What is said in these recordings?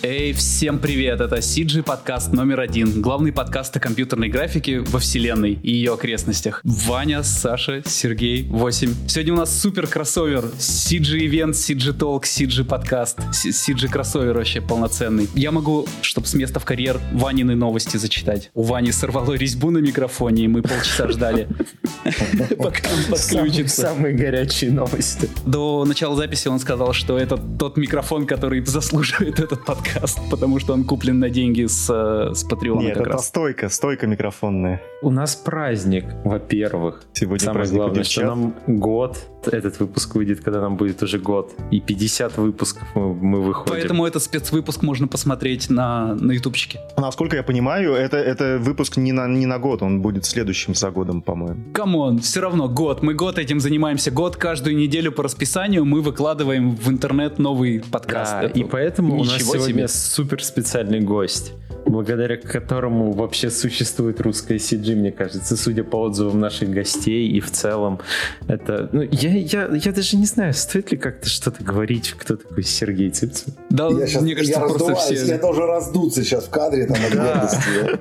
Эй, всем привет! Это CG подкаст номер 1, главный подкаст о компьютерной графике во вселенной и ее окрестностях. Ваня, Саша, Сергей, 8. Сегодня у нас супер кроссовер. CG Event, CG Talk, CG подкаст. CG кроссовер вообще полноценный. Я могу, чтобы с места в карьер, Ванины новости зачитать. У Вани сорвало резьбу на микрофоне, и мы полчаса ждали, пока он подключится. Самые горячие новости. До начала записи он сказал, что это тот микрофон, который заслуживает этот подкаст, потому что он куплен на деньги с Patreon. Нет, это стойка микрофонная. У нас праздник, во-первых. Сегодня самое праздник главное, что нам год, этот выпуск выйдет, когда нам будет уже год. И 50 выпусков мы выходим. Поэтому этот спецвыпуск можно посмотреть на ютубчике. Насколько я понимаю, это выпуск не на год, он будет следующим за годом, по-моему. Камон, все равно год. Мы год этим занимаемся. Год каждую неделю по расписанию мы выкладываем в интернет новый подкаст. Да, и поэтому у нас сегодня супер специальный гость, благодаря которому вообще существует русская CG, мне кажется, судя по отзывам наших гостей и в целом. Это, я даже не знаю, стоит ли как-то что-то говорить, кто такой Сергей Цыпцев. Да, мне кажется, просто все. Я должен раздуться сейчас в кадре там от гордости.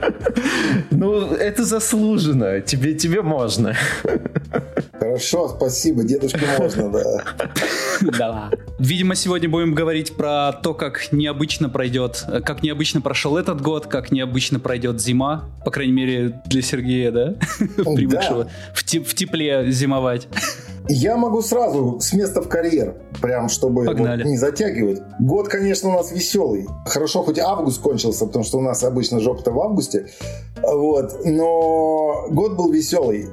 Ну, это заслуженно, тебе можно. Хорошо, спасибо, дедушке можно, да. Да. Видимо, сегодня будем говорить про то, как необычно прошел этот год, как необычно пройдет зима, по крайней мере для Сергея, да? Привыкшего в тепле зимовать. Я могу сразу с места в карьер, прям чтобы не затягивать. Год, конечно, у нас веселый. Хорошо, хоть август кончился, потому что у нас обычно жопа-то в августе. Вот. Но год был веселый.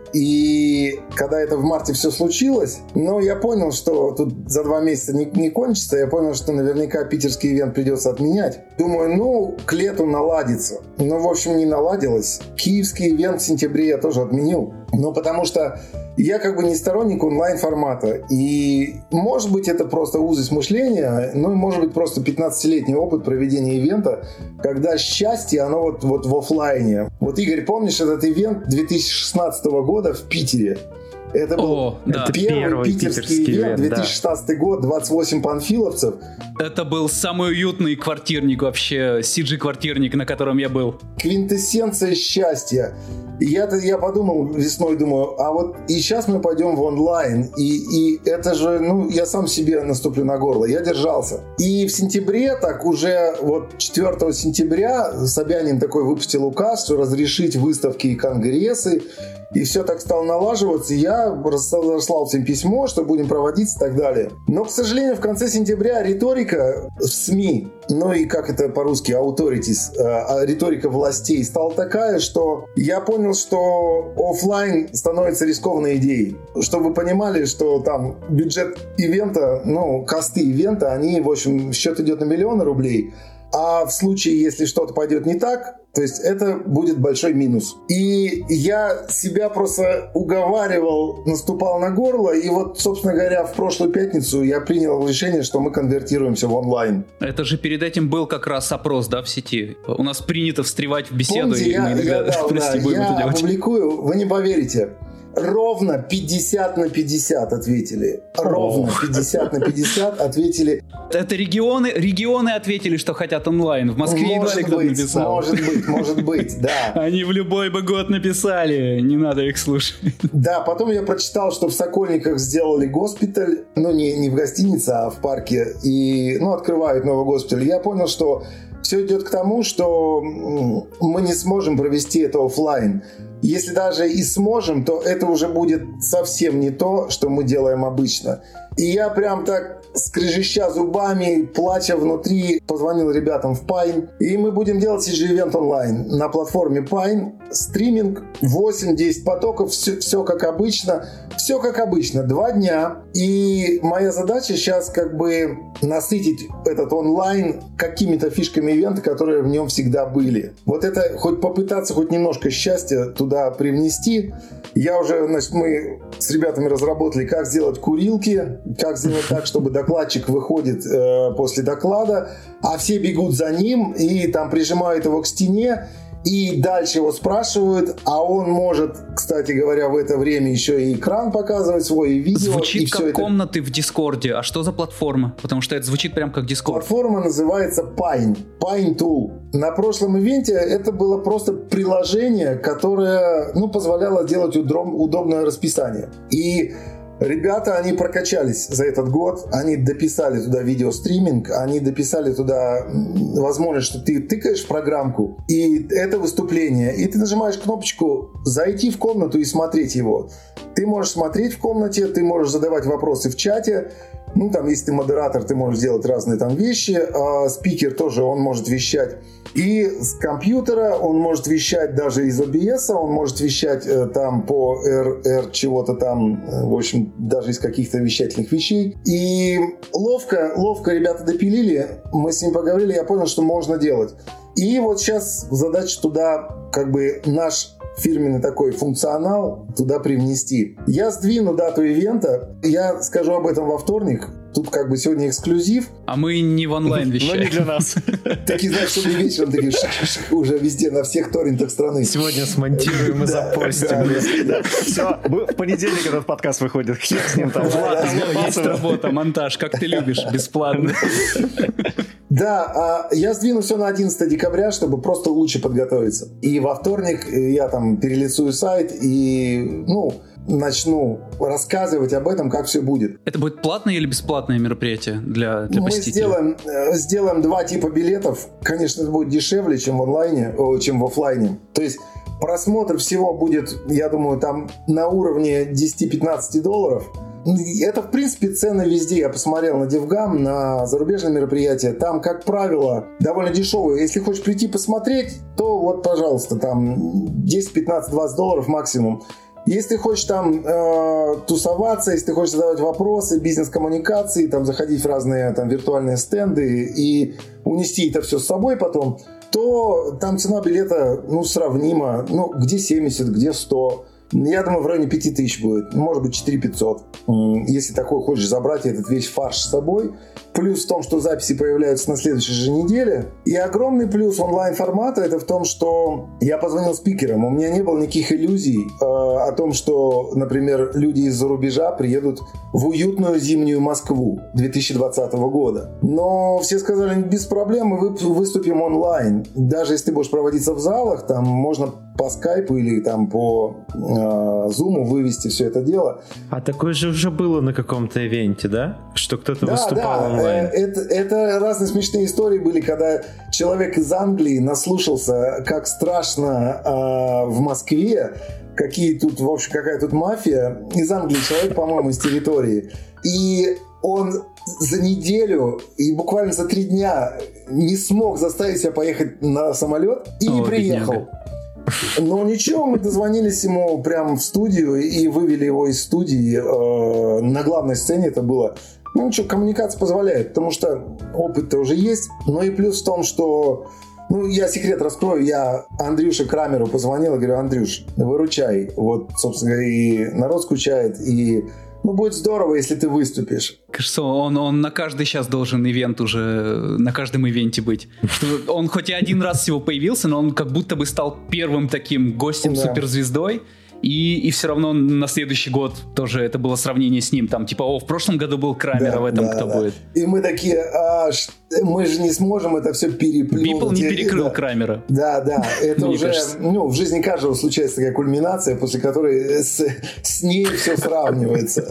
И когда это в марте все случилось, я понял, что тут за 2 месяца не кончится. Я понял, что наверняка питерский ивент придется отменять. Думаю, к лету наладится. Но, в общем, не наладилось. Киевский ивент в сентябре я тоже отменил. Потому что я не сторонник онлайн-формата. И, может быть, это просто узость мышления, может быть, просто 15-летний опыт проведения ивента, когда счастье, оно вот в офлайне. Вот, Игорь, помнишь этот ивент 2016 года в Питере? Это был первый питерский ивент, 2016 год, 28 панфиловцев. Это был самый уютный квартирник вообще, CG-квартирник, на котором я был. Квинтэссенция счастья. Я подумал весной, а вот и сейчас мы пойдем в онлайн, и это же, я сам себе наступлю на горло. Я держался. И в сентябре, уже 4 сентября Собянин такой выпустил указ, что разрешить выставки и конгрессы, и все так стало налаживаться. Я разослал всем письмо, что будем проводиться и так далее. Но, к сожалению, в конце сентября риторика в СМИ, и как это по-русски, authorities, риторика властей стала такая, что я понял, что офлайн становится рискованной идеей. Чтобы вы понимали, что там бюджет ивента, косты ивента, они, в общем, счет идет на миллионы рублей. А в случае, если что-то пойдет не так, то есть это будет большой минус. И я себя просто уговаривал, наступал на горло. И собственно говоря, в прошлую пятницу я принял решение, что мы конвертируемся в онлайн. Это же перед этим был как раз опрос, в сети. У нас принято встревать в беседу. Помните, я опубликую, вы не поверите. Ровно 50 на 50 ответили. Ровно 50 на 50 ответили. Это регионы ответили, что хотят онлайн. В Москве едва ли кто-то написал. Может быть, да. Они в любой бы год написали, не надо их слушать. Да, потом я прочитал, что в Сокольниках сделали госпиталь, не в гостинице, а в парке, и открывают новый госпиталь. Я понял, что все идет к тому, что мы не сможем провести это офлайн. Если даже и сможем, то это уже будет совсем не то, что мы делаем обычно. И я прям так, скрежеща зубами, плача внутри, позвонил ребятам в Pine. И мы будем делать CG-ивент онлайн на платформе Pine. Стриминг, 8-10 потоков, все как обычно. Все как обычно, 2 дня. И моя задача сейчас насытить этот онлайн какими-то фишками ивента, которые в нем всегда были. Вот это попытаться хоть немножко счастья туда привнести. Мы с ребятами разработали, как сделать курилки, как сделать так, чтобы докладчик выходит после доклада, а все бегут за ним и там прижимают его к стене. И дальше его спрашивают, а он может, кстати говоря, в это время еще и экран показывать свой, и видео. Звучит и как это... комнаты в Дискорде. А что за платформа? Потому что это звучит прям как Дискорд. Платформа называется Pine Tool. На прошлом ивенте это было просто приложение, которое позволяло делать удобное расписание. И ребята, они прокачались за этот год, они дописали туда видеостриминг, они дописали туда возможность, что ты тыкаешь в программку, и это выступление, и ты нажимаешь кнопочку «Зайти в комнату и смотреть его». Ты можешь смотреть в комнате, ты можешь задавать вопросы в чате, если ты модератор, ты можешь делать разные там вещи, спикер тоже, он может вещать. И с компьютера он может вещать даже из OBS, он может вещать там по R чего-то там, в общем, даже из каких-то вещательных вещей. И ловко ребята допилили, мы с ним поговорили, я понял, что можно делать. И вот сейчас задача туда наш фирменный такой функционал туда привнести. Я сдвину дату ивента, я скажу об этом во вторник. Тут сегодня эксклюзив. А мы не в онлайн вещаем. Но не для нас. Такие, знаешь, что вечером такие уже везде, на всех торрентах страны. Сегодня смонтируем и запостим. Все, в понедельник этот подкаст выходит. Хер с ним там. Есть работа, монтаж, как ты любишь, бесплатно. Да, я сдвину все на 11 декабря, чтобы просто лучше подготовиться. И во вторник я там перелицую сайт и, начну рассказывать об этом, как все будет. Это будет платное или бесплатное мероприятие для посетителей? Мы сделаем 2 типа билетов. Конечно, это будет дешевле, чем в офлайне. То есть просмотр всего будет, я думаю, там на уровне $10-15. Это, в принципе, цены везде. Я посмотрел на DevGam, на зарубежные мероприятия. Там, как правило, довольно дешевые. Если хочешь прийти посмотреть, то вот, пожалуйста, там 10, 15, $20 максимум. Если хочешь там тусоваться, если ты хочешь задавать вопросы, бизнес-коммуникации, там заходить в разные там виртуальные стенды и унести это все с собой потом, то там цена билета сравнима. Где 70, где 100. Я думаю, в районе 5000 будет. Может быть, 4500. Если такой хочешь забрать этот весь фарш с собой. Плюс в том, что записи появляются на следующей же неделе. И огромный плюс онлайн-формата это в том, что я позвонил спикерам. У меня не было никаких иллюзий о том, что, например, люди из-за рубежа приедут в уютную зимнюю Москву 2020 года. Но все сказали, без проблем, мы выступим онлайн. Даже если ты будешь проводиться в залах, там можно по скайпу или там по зуму вывести все это дело. А такое же уже было на каком-то ивенте, да? Что кто-то выступал онлайн. Это разные смешные истории были, когда человек из Англии наслушался, как страшно в Москве, какая тут мафия. Из Англии человек, по-моему, из территории. И он за неделю и буквально за 3 дня не смог заставить себя поехать на самолет и не приехал. Бедняга. Но ничего, мы дозвонились ему прямо в студию и вывели его из студии. На главной сцене это было. Коммуникация позволяет, потому что опыт-то уже есть. Но и плюс в том, что... я секрет раскрою. Я Андрюше Крамеру позвонил и говорю: Андрюш, выручай. Вот, собственно говоря, и народ скучает, и... будет здорово, если ты выступишь. Кажется, он на каждый сейчас должен ивент уже, на каждом ивенте быть. Он хоть и один раз всего появился, но он как будто бы стал первым таким гостем, суперзвездой. И все равно на следующий год тоже это было сравнение с ним. Там в прошлом году был Крамер, а в этом кто будет? И мы такие, мы же не сможем это все переплюнуть. Бипл не перекрыл Крамера. Да, это уже, в жизни каждого случается такая кульминация, после которой с ней все сравнивается.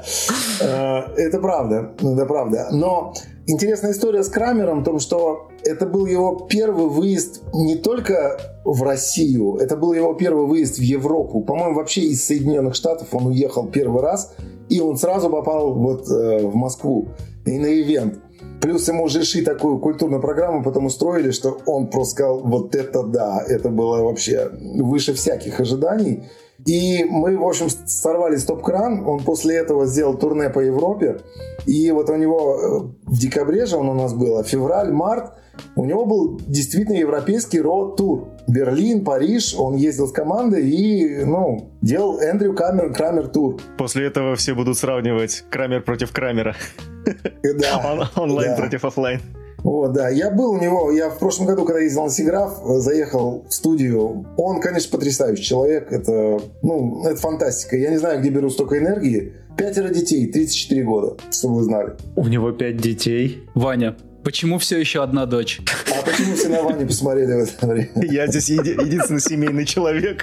Это правда. Но интересная история с Крамером в том, что это был его первый выезд не только в Россию, это был его первый выезд в Европу. По-моему, вообще из Соединенных Штатов он уехал первый раз, и он сразу попал в Москву и на ивент. Плюс ему Жиши такую культурную программу потом устроили, что он просто сказал: вот это да, это было вообще выше всяких ожиданий. И мы, в общем, сорвали стоп-кран. Он после этого сделал турне по Европе. И вот у него в декабре же он у нас был, а февраль, март у него был действительно европейский роуд-тур. Берлин, Париж. Он ездил с командой и, делал Эндрю Крамер тур. После этого все будут сравнивать Крамер против Крамера. Онлайн против офлайн. Вот, да. Я был у него, я в прошлом году, когда ездил на Сиграф, заехал в студию. Он, конечно, потрясающий человек. Это фантастика. Я не знаю, где беру столько энергии. 5 детей, 34 года, чтобы вы знали. У него 5 детей. Ваня, почему все еще одна дочь? А почему все на Ваню посмотрели в это время? Я здесь единственный семейный человек.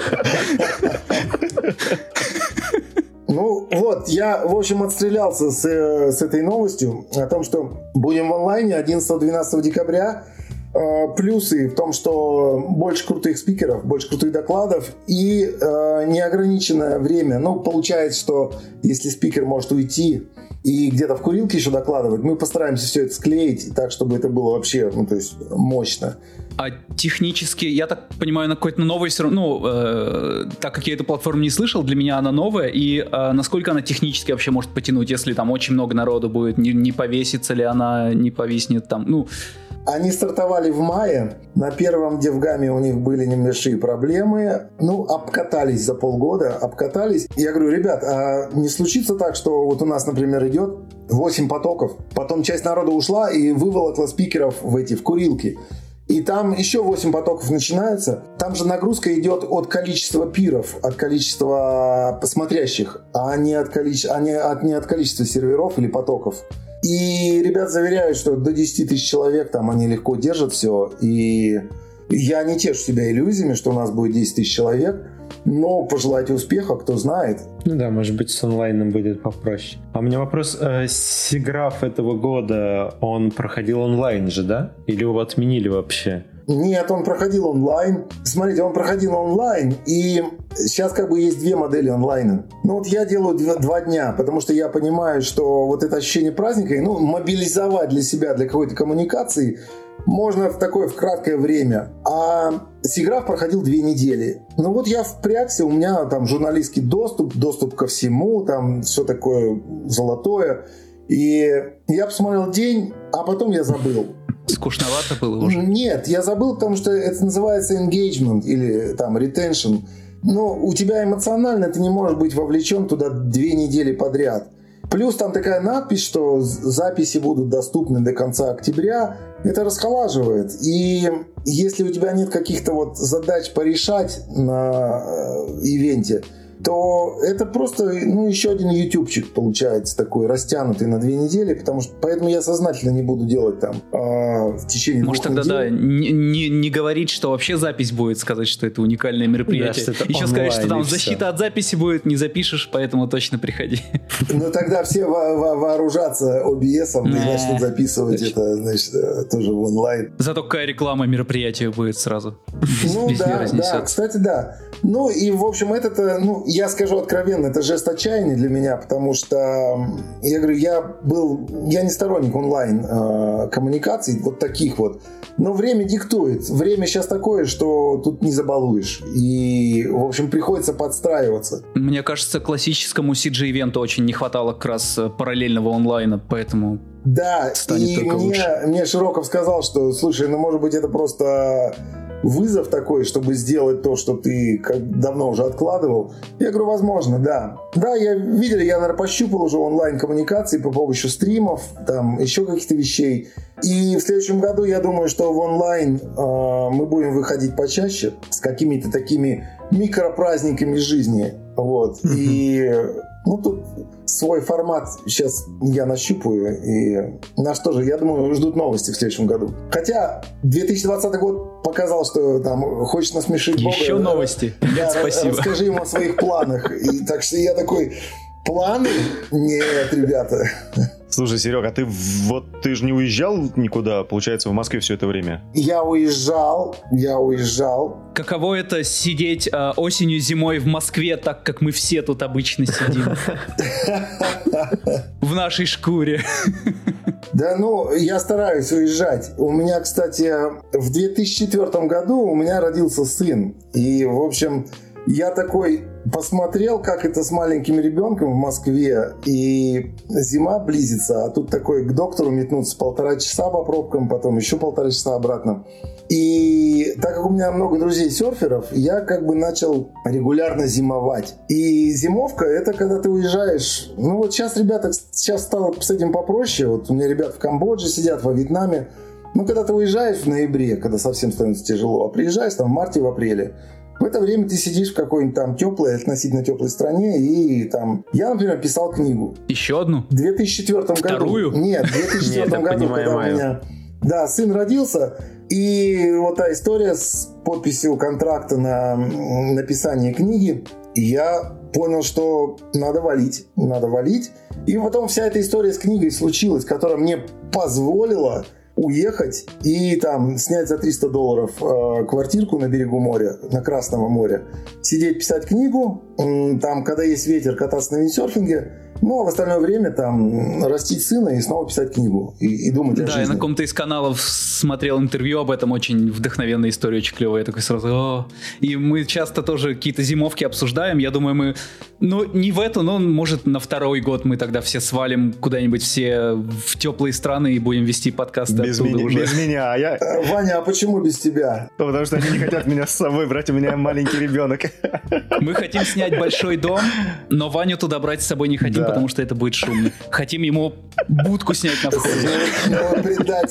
Ну вот, я, в общем, отстрелялся с этой новостью о том, что будем в онлайне 11-12 декабря. Плюсы в том, что больше крутых спикеров, больше крутых докладов и неограниченное время. Ну, получается, что если спикер может уйти и где-то в курилке еще докладывать, мы постараемся все это склеить так, чтобы это было вообще, то есть мощно. А технически, я так понимаю, на какой-то новой все равно, так как я эту платформу не слышал, для меня она новая, и насколько она технически вообще может потянуть, если там очень много народу будет, не повесится ли она, не повиснет там, Они стартовали в мае. На первом девгаме у них были небольшие проблемы. Обкатались за полгода. Я говорю, ребят, а не случится так, что вот у нас, например, идет 8 потоков, потом часть народа ушла и выволокла спикеров в курилки. И там еще 8 потоков начинаются. Там же нагрузка идет от количества пиров, от количества смотрящих, а не от количества серверов или потоков. И ребят заверяют, что до 10 тысяч человек там они легко держат все. И я не тешу себя иллюзиями, что у нас будет 10 тысяч человек. Но пожелайте успеха, кто знает. Ну да, может быть, с онлайном будет попроще. А у меня вопрос. Сиграф этого года, он проходил онлайн же, да? Или его отменили вообще? Нет, он проходил онлайн. Смотрите, он проходил онлайн, и сейчас есть две модели онлайна. Я делаю 2 дня, потому что я понимаю, что вот это ощущение праздника, мобилизовать для себя, для какой-то коммуникации можно в краткое время. А Сиграф проходил 2 недели. Я впрягся, у меня там журналистский доступ ко всему, там все такое золотое. И я посмотрел день, а потом я забыл. Скучновато было уже? Нет, я забыл, потому что это называется engagement или там retention. Но у тебя эмоционально ты не можешь быть вовлечен туда 2 недели подряд. Плюс там такая надпись, что записи будут доступны до конца октября. Это расхолаживает. И если у тебя нет каких-то задач порешать на ивенте, то это просто еще один ютубчик получается такой растянутый на 2 недели, поэтому я сознательно не буду делать там в течение 2 недель. Может тогда не говорить, что вообще запись будет, сказать, что это уникальное мероприятие. Да, еще сказать, что там защита от записи будет, не запишешь, поэтому точно приходи. Тогда все вооружатся OBS-ом и начнут записывать это, значит, тоже в онлайн. Зато какая реклама мероприятия будет сразу. Да, кстати, да. И, в общем, это-то, я скажу откровенно, это жест отчаяния для меня, потому что, я говорю, я не сторонник онлайн-коммуникаций, таких вот, но время диктует. Время сейчас такое, что тут не забалуешь. И, в общем, приходится подстраиваться. Мне кажется, классическому CG-ивенту очень не хватало как раз параллельного онлайна, поэтому... Да, и мне Широков сказал, что, слушай, может быть, это просто... вызов такой, чтобы сделать то, что ты давно уже откладывал. Я говорю, возможно, да. Да, я, наверное, пощупал уже онлайн-коммуникации по помощью стримов, там еще каких-то вещей. И в следующем году, я думаю, что в онлайн мы будем выходить почаще с какими-то такими микропраздниками жизни. Вот. И тут свой формат сейчас я нащупаю. И нас тоже, я думаю, ждут новости в следующем году. Хотя 2020 год показал, что там хочешь насмешить Бога. Еще новости. Да, спасибо. Расскажи ему о своих планах. И так что я такой, планы? Нет, ребята. Слушай, Серега, а ты же не уезжал никуда, получается, в Москве все это время? Я уезжал. Каково это сидеть осенью, зимой в Москве, так как мы все тут обычно сидим? В нашей шкуре. Да, я стараюсь уезжать. У меня, кстати, в 2004 году у меня родился сын. И, в общем, я такой посмотрел, как это с маленьким ребенком в Москве, и зима близится, а тут такой к доктору метнуться 1,5 часа по пробкам, потом еще 1,5 часа обратно. И И так как у меня много друзей-серферов, я как бы начал регулярно зимовать. И зимовка — это когда ты уезжаешь... Ну вот сейчас, ребята, сейчас стало с этим попроще. Вот у меня ребята в Камбодже сидят, во Вьетнаме. Ну, когда ты уезжаешь в ноябре, когда совсем становится тяжело, а приезжаешь там в марте, в апреле, в это время ты сидишь в какой-нибудь там теплой, относительно теплой стране, и там... Я, например, писал книгу. Еще одну? В 2004 году. Вторую? Нет, в 2004 году, когда у меня... Да, сын родился, и вот та история с подписью контракта на написание книги, я понял, что надо валить. И потом вся эта история с книгой случилась, которая мне позволила уехать и там снять за $300 квартирку на берегу моря, на Красного моря, сидеть, писать книгу, там, когда есть ветер, кататься на виндсерфинге, ну, а в остальное время там растить сына и снова писать книгу и думать о жизни. Да, я на каком-то из каналов смотрел интервью об этом, очень вдохновенная история, очень клевая. Я такой сразу... О! И мы часто тоже какие-то зимовки обсуждаем. Я думаю, мы... Ну, не в эту, но, может, на второй год мы тогда все свалим куда-нибудь все в теплые страны и будем вести подкасты без оттуда меня, уже. Без меня, а я... Ваня, а почему без тебя? Потому что они не хотят меня с собой брать, у меня маленький ребенок. Мы хотим снять большой дом, но Ваню туда брать с собой не хотим, потому что это будет шумно. Хотим ему будку снять на входе. Вы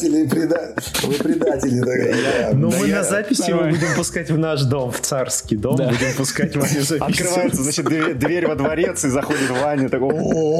предатели. Ну, мы на записи его будем пускать в наш дом, в царский дом. Будем пускать Ваню записывать. Открывается, значит, дверь во дворец, и заходит Ваня, такой...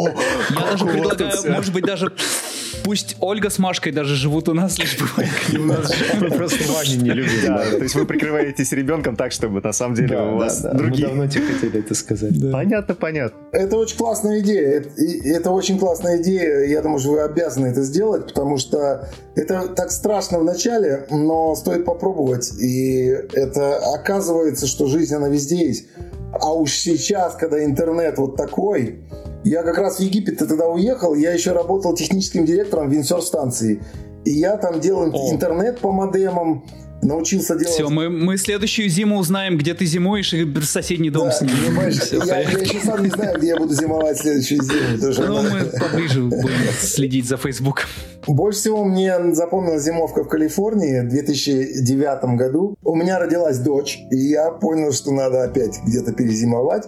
Я даже предлагаю, может быть, даже... Пусть Ольга с Машкой даже живут у нас, лишь бывает к ним. Мы просто Ваню не любим. То есть вы прикрываетесь ребенком так, чтобы на самом деле у вас другие... Мы давно тебе хотели это сказать. Понятно. Это очень классная идея. Это очень классная идея. Я думаю, что вы обязаны это сделать, потому что это так страшно в начале, но стоит попробовать. И это оказывается, что жизнь, она везде есть. А уж сейчас, когда интернет вот такой... Я как раз в Египет тогда уехал, я еще работал техническим директором виндсерф-станции. И я там делал интернет по модемам, научился делать... Все, мы следующую зиму узнаем, где ты зимуешь, и соседний дом с ним. Я еще сам не знаю, где я буду зимовать следующую зиму. Ну, мы поближе будем следить за Фейсбуком. Больше всего мне запомнилась зимовка в Калифорнии в 2009 году. У меня родилась дочь, и я понял, что надо опять где-то перезимовать.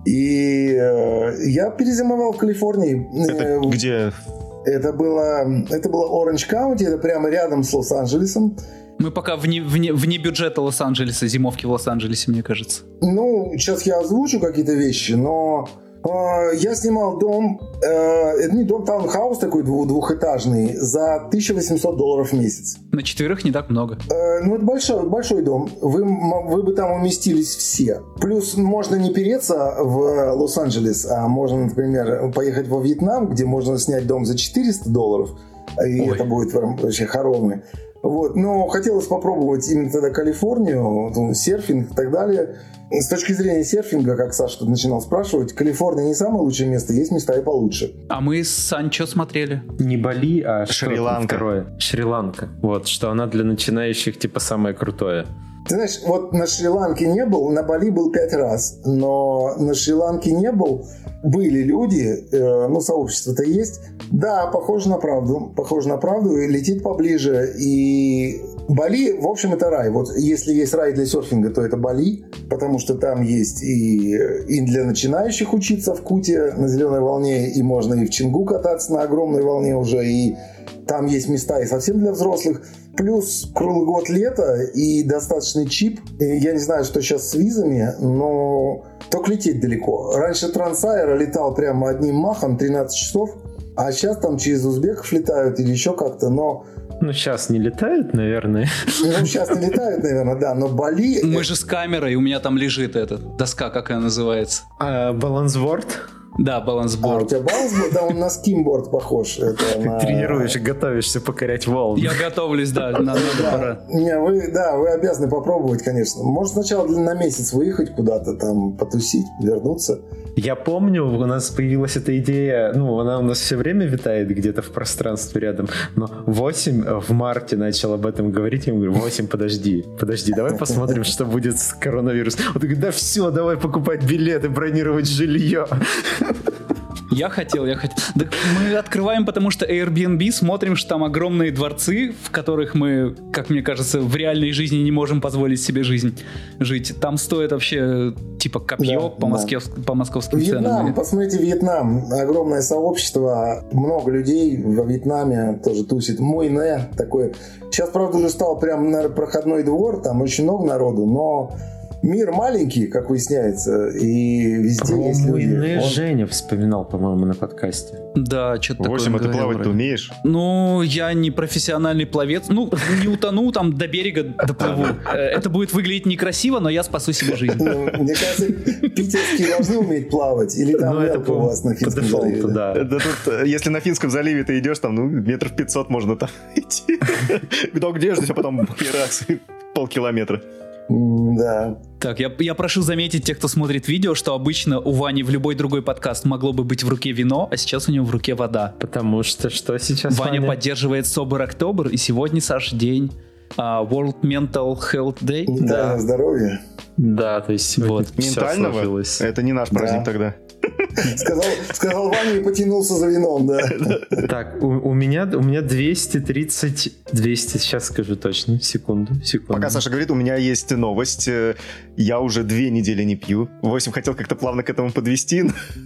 И я перезимовал в Калифорнии. Это где? Это было Оранж Каунти, это прямо рядом с Лос-Анджелесом. Мы пока вне бюджета Лос-Анджелеса, зимовки в Лос-Анджелесе, мне кажется. Ну, сейчас я озвучу какие-то вещи, но я снимал дом, это не дом, таунхаус такой двухэтажный, за $1800 в месяц. На 4 не так много. Ну, это большой дом. Вы бы там уместились все. Плюс можно не переться в Лос-Анджелес, а можно, например, поехать во Вьетнам, где можно снять дом за $400, и это будет вообще хоромы. Вот. Но хотелось попробовать именно тогда Калифорнию, серфинг и так далее. С точки зрения серфинга, как Саша тут начинал спрашивать, Калифорния не самое лучшее место, есть места и получше. А мы с Санчо смотрели. Не Бали, а Шри-Ланка. Второе. Шри-Ланка. Вот, что она для начинающих типа самое крутое. Ты знаешь, вот на Шри-Ланке не был, на Бали был 5 раз, но на Шри-Ланке не был. Были люди, сообщество-то есть. Да, похоже на правду, и летит поближе. И Бали, в общем, это рай. Вот если есть рай для серфинга, то это Бали, потому что там есть и для начинающих учиться в Куте на зеленой волне, и можно и в Чингу кататься на огромной волне уже, и там есть места и совсем для взрослых. Плюс круглый год лето и достаточный чип. Я не знаю, что сейчас с визами, но только лететь далеко. Раньше Трансайра летал прямо одним махом 13 часов, а сейчас там через узбеков летают или еще как-то, но... Ну, сейчас не летают, наверное. Ну, сейчас не летают, наверное, да, но Бали... Мы же с камерой, у меня там лежит эта доска, как она называется? Балансборд? Да, балансборд. У тебя балансборд, да, он на скимборд похож. Тренируешь и готовишься покорять волны. Я готовлюсь, да, надо пора. Вы обязаны попробовать, конечно. Может, сначала на месяц выехать куда-то, там, потусить, вернуться. Я помню, у нас появилась эта идея, она у нас все время витает где-то в пространстве рядом, но 8 в марте начал об этом говорить, я ему говорю, 8, подожди, давай посмотрим, что будет с коронавирусом. Он говорит, да все, давай покупать билеты, бронировать жилье. Я хотел. Да, мы открываем, потому что Airbnb, смотрим, что там огромные дворцы, в которых мы, как мне кажется, в реальной жизни не можем позволить себе жить. Там стоит вообще типа копье по московским Вьетнам, ценам. посмотрите, Вьетнам. Огромное сообщество, много людей во Вьетнаме тоже тусит. Муйне такой. Сейчас, правда, уже стал прям, наверное, проходной двор, там очень много народу, но мир маленький, как выясняется, и везде есть люди. Женя вспоминал, по-моему, на подкасте. Да, что-то такое. 8, а ты плавать-то умеешь? Ну, я не профессиональный пловец. Ну, не утону, там до берега доплыву. Это будет выглядеть некрасиво, но я спасу себе жизнь. Мне кажется, питерские должны уметь плавать. Или там это у вас на Финском заливе? Да. Если на Финском заливе ты идешь, там, метров 500 можно там идти. Где же, потом раз, полкилометра. Да. Так, я прошу заметить тех, кто смотрит видео, что обычно у Вани в любой другой подкаст могло бы быть в руке вино, а сейчас у него в руке вода. Потому что что сейчас, Ваня поддерживает Sober October, и сегодня, Саш, день World Mental Health Day. Да, здоровье. Да, то есть вот ментального? Это не наш праздник тогда. Сказал Ваня и потянулся за вином, да. Так, у меня 230, сейчас скажу точно, секунду. Пока Саша говорит, у меня есть новость. Я уже 2 недели не пью. 8 хотел как-то плавно к этому подвести.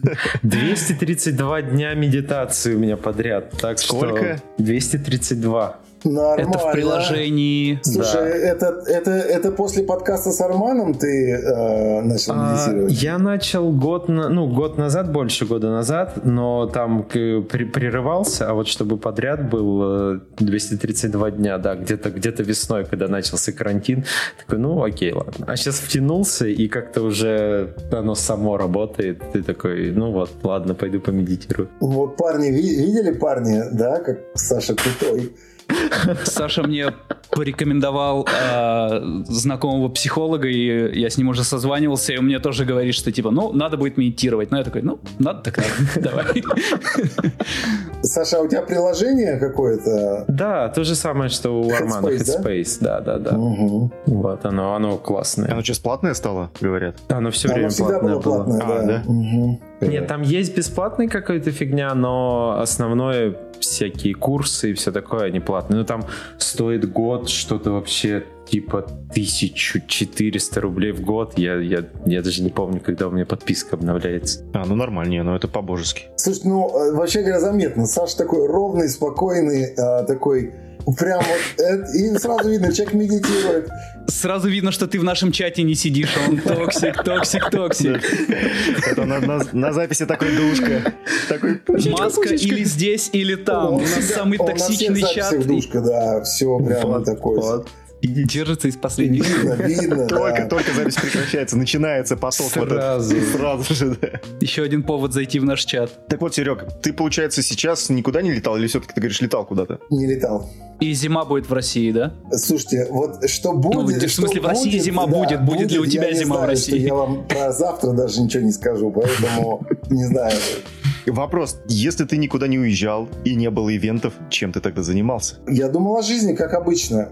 232 дня медитации у меня подряд. Так сколько? Что 232. Нормально. Это в приложении. Слушай, это после подкаста с Арманом ты начал медитировать? Я начал год назад, больше года назад, но там прерывался, а вот чтобы подряд был 232 дня, да, где-то весной, когда начался карантин, такой, окей, ладно. А сейчас втянулся, и как-то уже оно само работает, ты такой, ладно, пойду помедитирую. Вот парни, видели парни, да, как Саша крутой? Саша мне порекомендовал знакомого психолога, и я с ним уже созванивался, и он мне тоже говорит, что типа, надо будет медитировать. Но я такой, надо, так надо, давай. Саша, а у тебя приложение какое-то? Да, то же самое, что у Армана, Headspace, да. Угу. Вот, оно классное. Оно сейчас платное стало, говорят? Оно все время платное было. Да? Угу. Нет, там есть бесплатная какая-то фигня, но основное, всякие курсы и все такое, они платные. Там стоит год что-то вообще типа 1400 рублей в год. Я даже не помню, когда у меня подписка обновляется. Нормально, это по-божески. Слушай, вообще говоря, заметно. Саша такой ровный, спокойный, такой... Прям вот, и сразу видно, человек медитирует. Сразу видно, что ты в нашем чате не сидишь, он токсик. Это на записи такой душка. Маска или здесь, или там. У нас самый токсичный чат. Душка, да, все прям такой. Держится из последних. Видно, Только запись прекращается, начинается поток. Сразу же, да. Еще один повод зайти в наш чат. Так вот, Серег, ты, получается, сейчас никуда не летал? Или все-таки ты говоришь, летал куда-то? Не летал. И зима будет в России, да? Слушайте, вот что будет... в смысле, в России зима будет? Будет ли у тебя зима в России? Я вам про завтра даже ничего не скажу, поэтому не знаю. Вопрос. Если ты никуда не уезжал и не было ивентов, чем ты тогда занимался? Я думал о жизни, как обычно.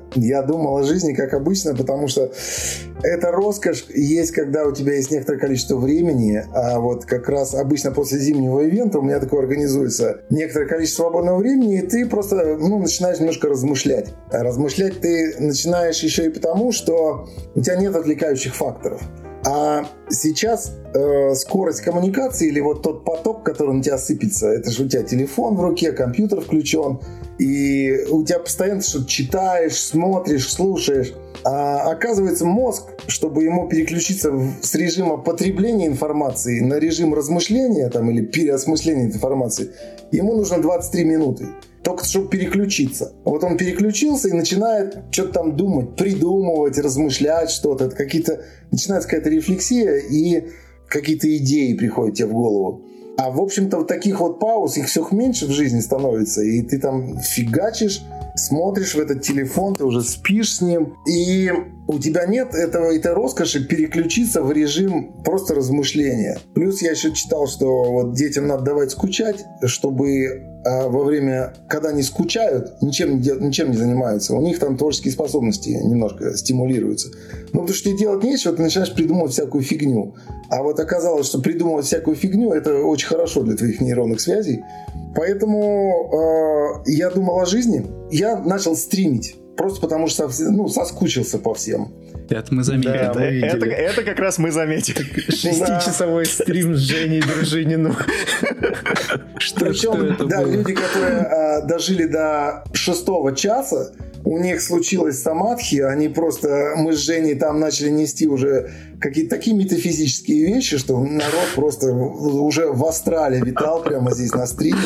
Потому что это роскошь есть, когда у тебя есть некоторое количество времени, а вот как раз обычно после зимнего ивента у меня такое организуется некоторое количество свободного времени, и ты просто начинаешь немножко размышлять. А размышлять ты начинаешь еще и потому, что у тебя нет отвлекающих факторов. А сейчас скорость коммуникации или вот тот поток, который на тебя сыпется, это же у тебя телефон в руке, компьютер включен, и у тебя постоянно что-то читаешь, смотришь, слушаешь. А оказывается, мозг, чтобы ему переключиться с режима потребления информации на режим размышления или переосмысления информации, ему нужно 23 минуты. Только чтобы переключиться. Вот он переключился и начинает что-то там думать, придумывать, размышлять что-то. Это начинается какая-то рефлексия, и какие-то идеи приходят тебе в голову. А в общем-то вот таких вот пауз, их все меньше в жизни становится, и ты там фигачишь, смотришь в этот телефон, ты уже спишь с ним, и у тебя нет этой роскоши переключиться в режим просто размышления. Плюс я еще читал, что вот детям надо давать скучать, чтобы во время, когда они скучают, ничем не занимаются, у них там творческие способности немножко стимулируются. Ну, потому что тебе делать нечего, ты начинаешь придумывать всякую фигню. А вот оказалось, что придумывать всякую фигню – это очень хорошо для твоих нейронных связей. Поэтому я думал о жизни. Я начал стримить. Просто потому что соскучился по всем. Это мы заметили. Да, это как раз мы заметили. 6-часовой стрим с Женей Дружининым. Причем, да, люди, которые дожили до 6 часа, у них случилось самадхи, мы с Женей там начали нести уже какие-то такие метафизические вещи, что народ просто уже в астрале витал прямо здесь на стриме.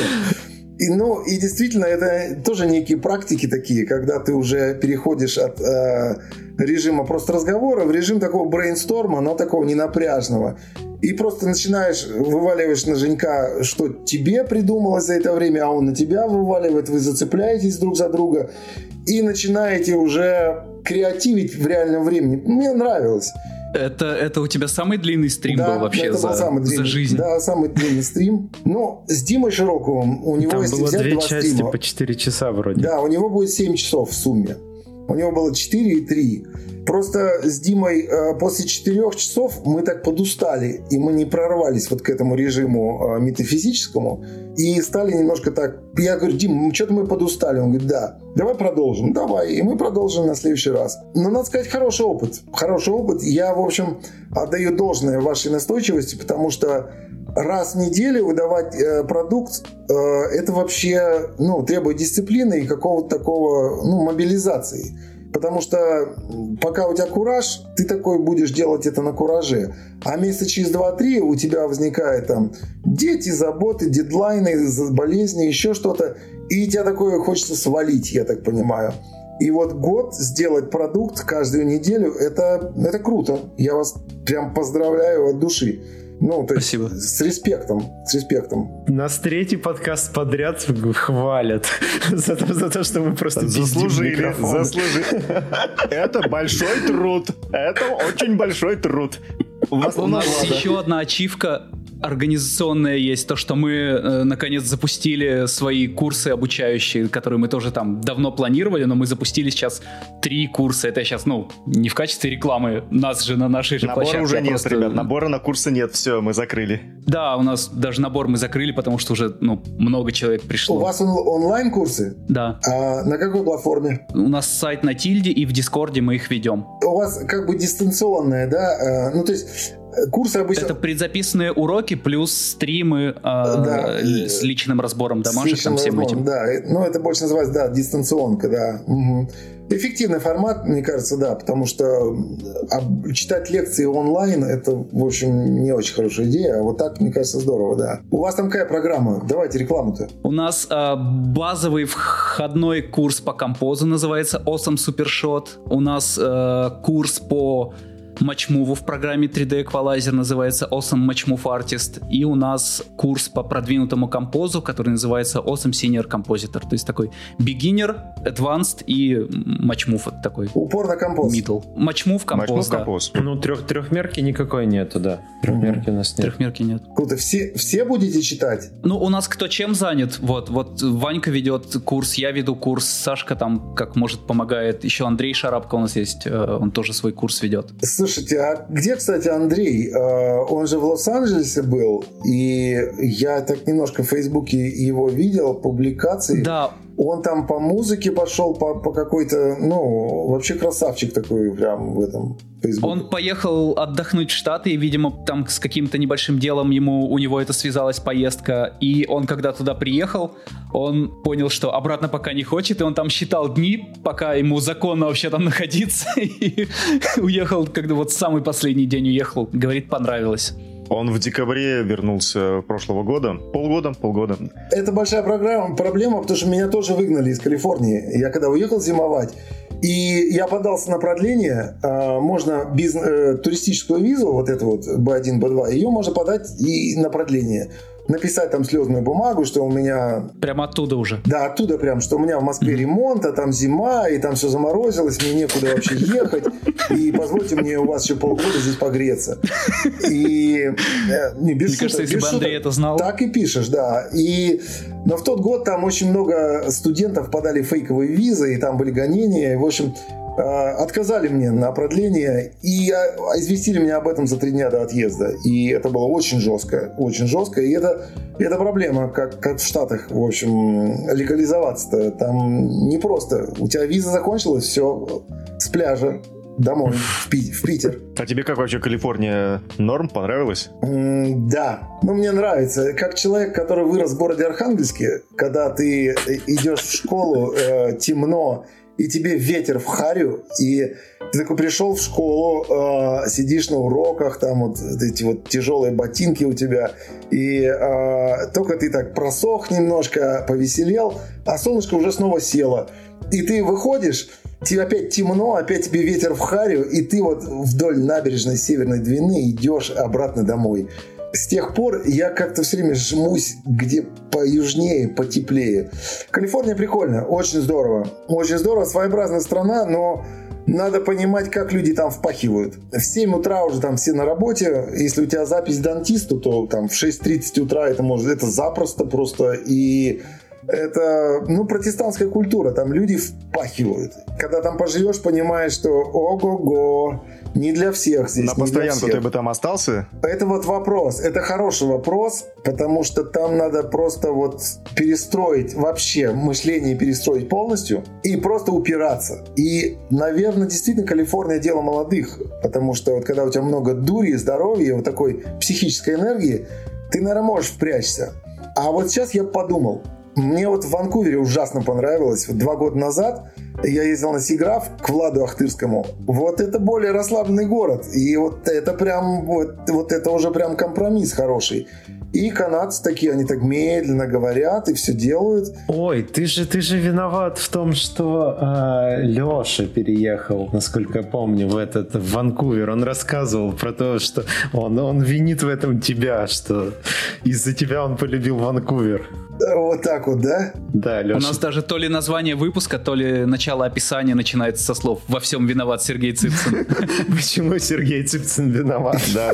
И действительно, это тоже некие практики такие, когда ты уже переходишь от режима просто разговора в режим такого брейнсторма, но такого ненапряжного. И просто начинаешь, вываливаешь на Женька, что тебе придумалось за это время, а он на тебя вываливает, вы зацепляетесь друг за друга и начинаете уже креативить в реальном времени. Мне нравилось. Это у тебя самый длинный стрим был вообще за жизнь? Да, самый длинный стрим. Но с Димой Широковым у него, там если было взять 2 два части стрима, по 4 часа вроде. Да, у него будет 7 часов в сумме. У него было 4 и 3. Просто с Димой после 4 часов мы так подустали, и мы не прорвались вот к этому режиму метафизическому, и стали немножко так... Я говорю: Дим, что-то мы подустали. Он говорит: да, давай продолжим. Давай. И мы продолжим на следующий раз. Но, надо сказать, хороший опыт. Хороший опыт. Я, в общем, отдаю должное вашей настойчивости, потому что раз в неделю выдавать продукт, это вообще требует дисциплины и какого-то такого мобилизации. Потому что пока у тебя кураж, ты такой будешь делать это на кураже. А месяца через 2-3 у тебя возникают там дети, заботы, дедлайны, болезни, еще что-то. И тебя такое хочется свалить, я так понимаю. И вот год сделать продукт каждую неделю, это круто. Я вас прям поздравляю от души. Спасибо. С респектом. Нас 3-й подкаст подряд хвалят за то, что мы просто заслужили. Это большой труд. Это очень большой труд. У нас еще одна ачивка организационная есть, то, что мы наконец запустили свои курсы обучающие, которые мы тоже там давно планировали, но мы запустили сейчас 3 курса. Это сейчас, не в качестве рекламы нас же на нашей же площадке. Набора уже нет, ребят, набора на курсы нет, все, мы закрыли. Да, у нас даже набор мы закрыли, потому что уже, много человек пришло. У вас онлайн-курсы? Да. А на какой платформе? У нас сайт на Тильде, и в Дискорде мы их ведем. У вас как бы дистанционное, да? То есть курсы обычно... Это предзаписанные уроки плюс стримы с личным разбором домашек, там всем этим. Да, это больше называется, дистанционка, да. Угу. Эффективный формат, мне кажется, да, потому что читать лекции онлайн, это, в общем, не очень хорошая идея, а вот так, мне кажется, здорово, да. У вас там какая программа? Давайте рекламу-то. У нас базовый входной курс по композу называется Awesome Supershot. У нас курс по матчмуву в программе 3D Equalizer называется Awesome Matchmove Artist. И у нас курс по продвинутому композу, который называется Awesome Senior Compositor. То есть такой beginner, advanced и matchmove такой. Упор на композ. Middle. Matchmove композ, да. Трехмерки никакой нету, да. Трехмерки у нас нет. Трехмерки нет. Круто. Все будете читать? У нас кто чем занят. Вот Ванька ведет курс, я веду курс, Сашка там как может помогает. Еще Андрей Шарапко у нас есть, он тоже свой курс ведет. Слушайте, а где, кстати, Андрей? Он же в Лос-Анджелесе был, и я так немножко в Фейсбуке его видел, публикации. Да. Он там по музыке пошел, по какой-то, вообще красавчик такой прям в этом Фейсбуке. Он поехал отдохнуть в Штаты, и, видимо, там с каким-то небольшим делом у него это связалась поездка, и он, когда туда приехал, он понял, что обратно пока не хочет, и он там считал дни, пока ему законно вообще там находиться, и уехал, когда вот самый последний день уехал, говорит, понравилось. Он в декабре вернулся прошлого года. Полгода. Это большая проблема, потому что меня тоже выгнали из Калифорнии. Я когда уехал зимовать, и я подался на продление, можно туристическую визу, вот эту вот B1, B2, ее можно подать и на продление. написать там слезную бумагу, что у меня... Прямо оттуда уже? Да, оттуда прям, что у меня в Москве ремонт, а там зима, и там все заморозилось, мне некуда вообще ехать, и позвольте мне у вас еще полгода здесь погреться. И... Мне кажется, если бы Андрей это знал... Так и пишешь, да. Но в тот год там очень много студентов подали фейковые визы, и там были гонения, и, в общем... Отказали мне на продление и известили меня об этом за 3 дня до отъезда. И это было очень жестко. Очень жестко. И это проблема, как в Штатах, в общем, легализоваться-то. Там не просто. У тебя виза закончилась, все, с пляжа домой, в Питер. А тебе как вообще Калифорния норм? Понравилось? Да. Мне нравится. Как человек, который вырос в городе Архангельске, когда ты идешь в школу, темно, и тебе ветер в харю, и ты такой пришел в школу, сидишь на уроках, там вот эти вот тяжелые ботинки у тебя, и только ты так просох немножко, повеселел, а солнышко уже снова село. И ты выходишь, тебе опять темно, опять тебе ветер в харю, и ты вот вдоль набережной Северной Двины идешь обратно домой. С тех пор я как-то все время жмусь где поюжнее, потеплее. Калифорния прикольная, очень здорово. Очень здорово, своеобразная страна, но надо понимать, как люди там впахивают. В 7 утра уже там все на работе. Если у тебя запись к дантисту, то там в 6:30 утра это запросто просто. И это, протестантская культура. Там люди впахивают. Когда там поживешь, понимаешь, что ого-го, не для всех здесь. На постоянку ты бы там остался? Это вот вопрос. Это хороший вопрос, потому что там надо просто вот перестроить вообще мышление, перестроить полностью и просто упираться. И, наверное, действительно Калифорния дело молодых, потому что вот когда у тебя много дури, здоровья, вот такой психической энергии, ты, наверное, можешь впрячься. А вот сейчас я подумал, мне вот в Ванкувере ужасно понравилось. 2 года назад я ездил на Сиграф к Владу Ахтырскому. Вот это более расслабленный город. И вот это прям, вот это уже прям компромисс хороший. И канадцы такие, они так медленно говорят и все делают. Ой, ты же виноват в том, что Леша переехал, насколько я помню, в Ванкувер. Он рассказывал про то, что он винит в этом тебя, что из-за тебя он полюбил Ванкувер. Вот так вот, да? Да, Леша. У нас даже то ли название выпуска, то ли начало описания начинается со слов «Во всем виноват Сергей Цыпцин». Почему Сергей Цыпцин виноват? Да.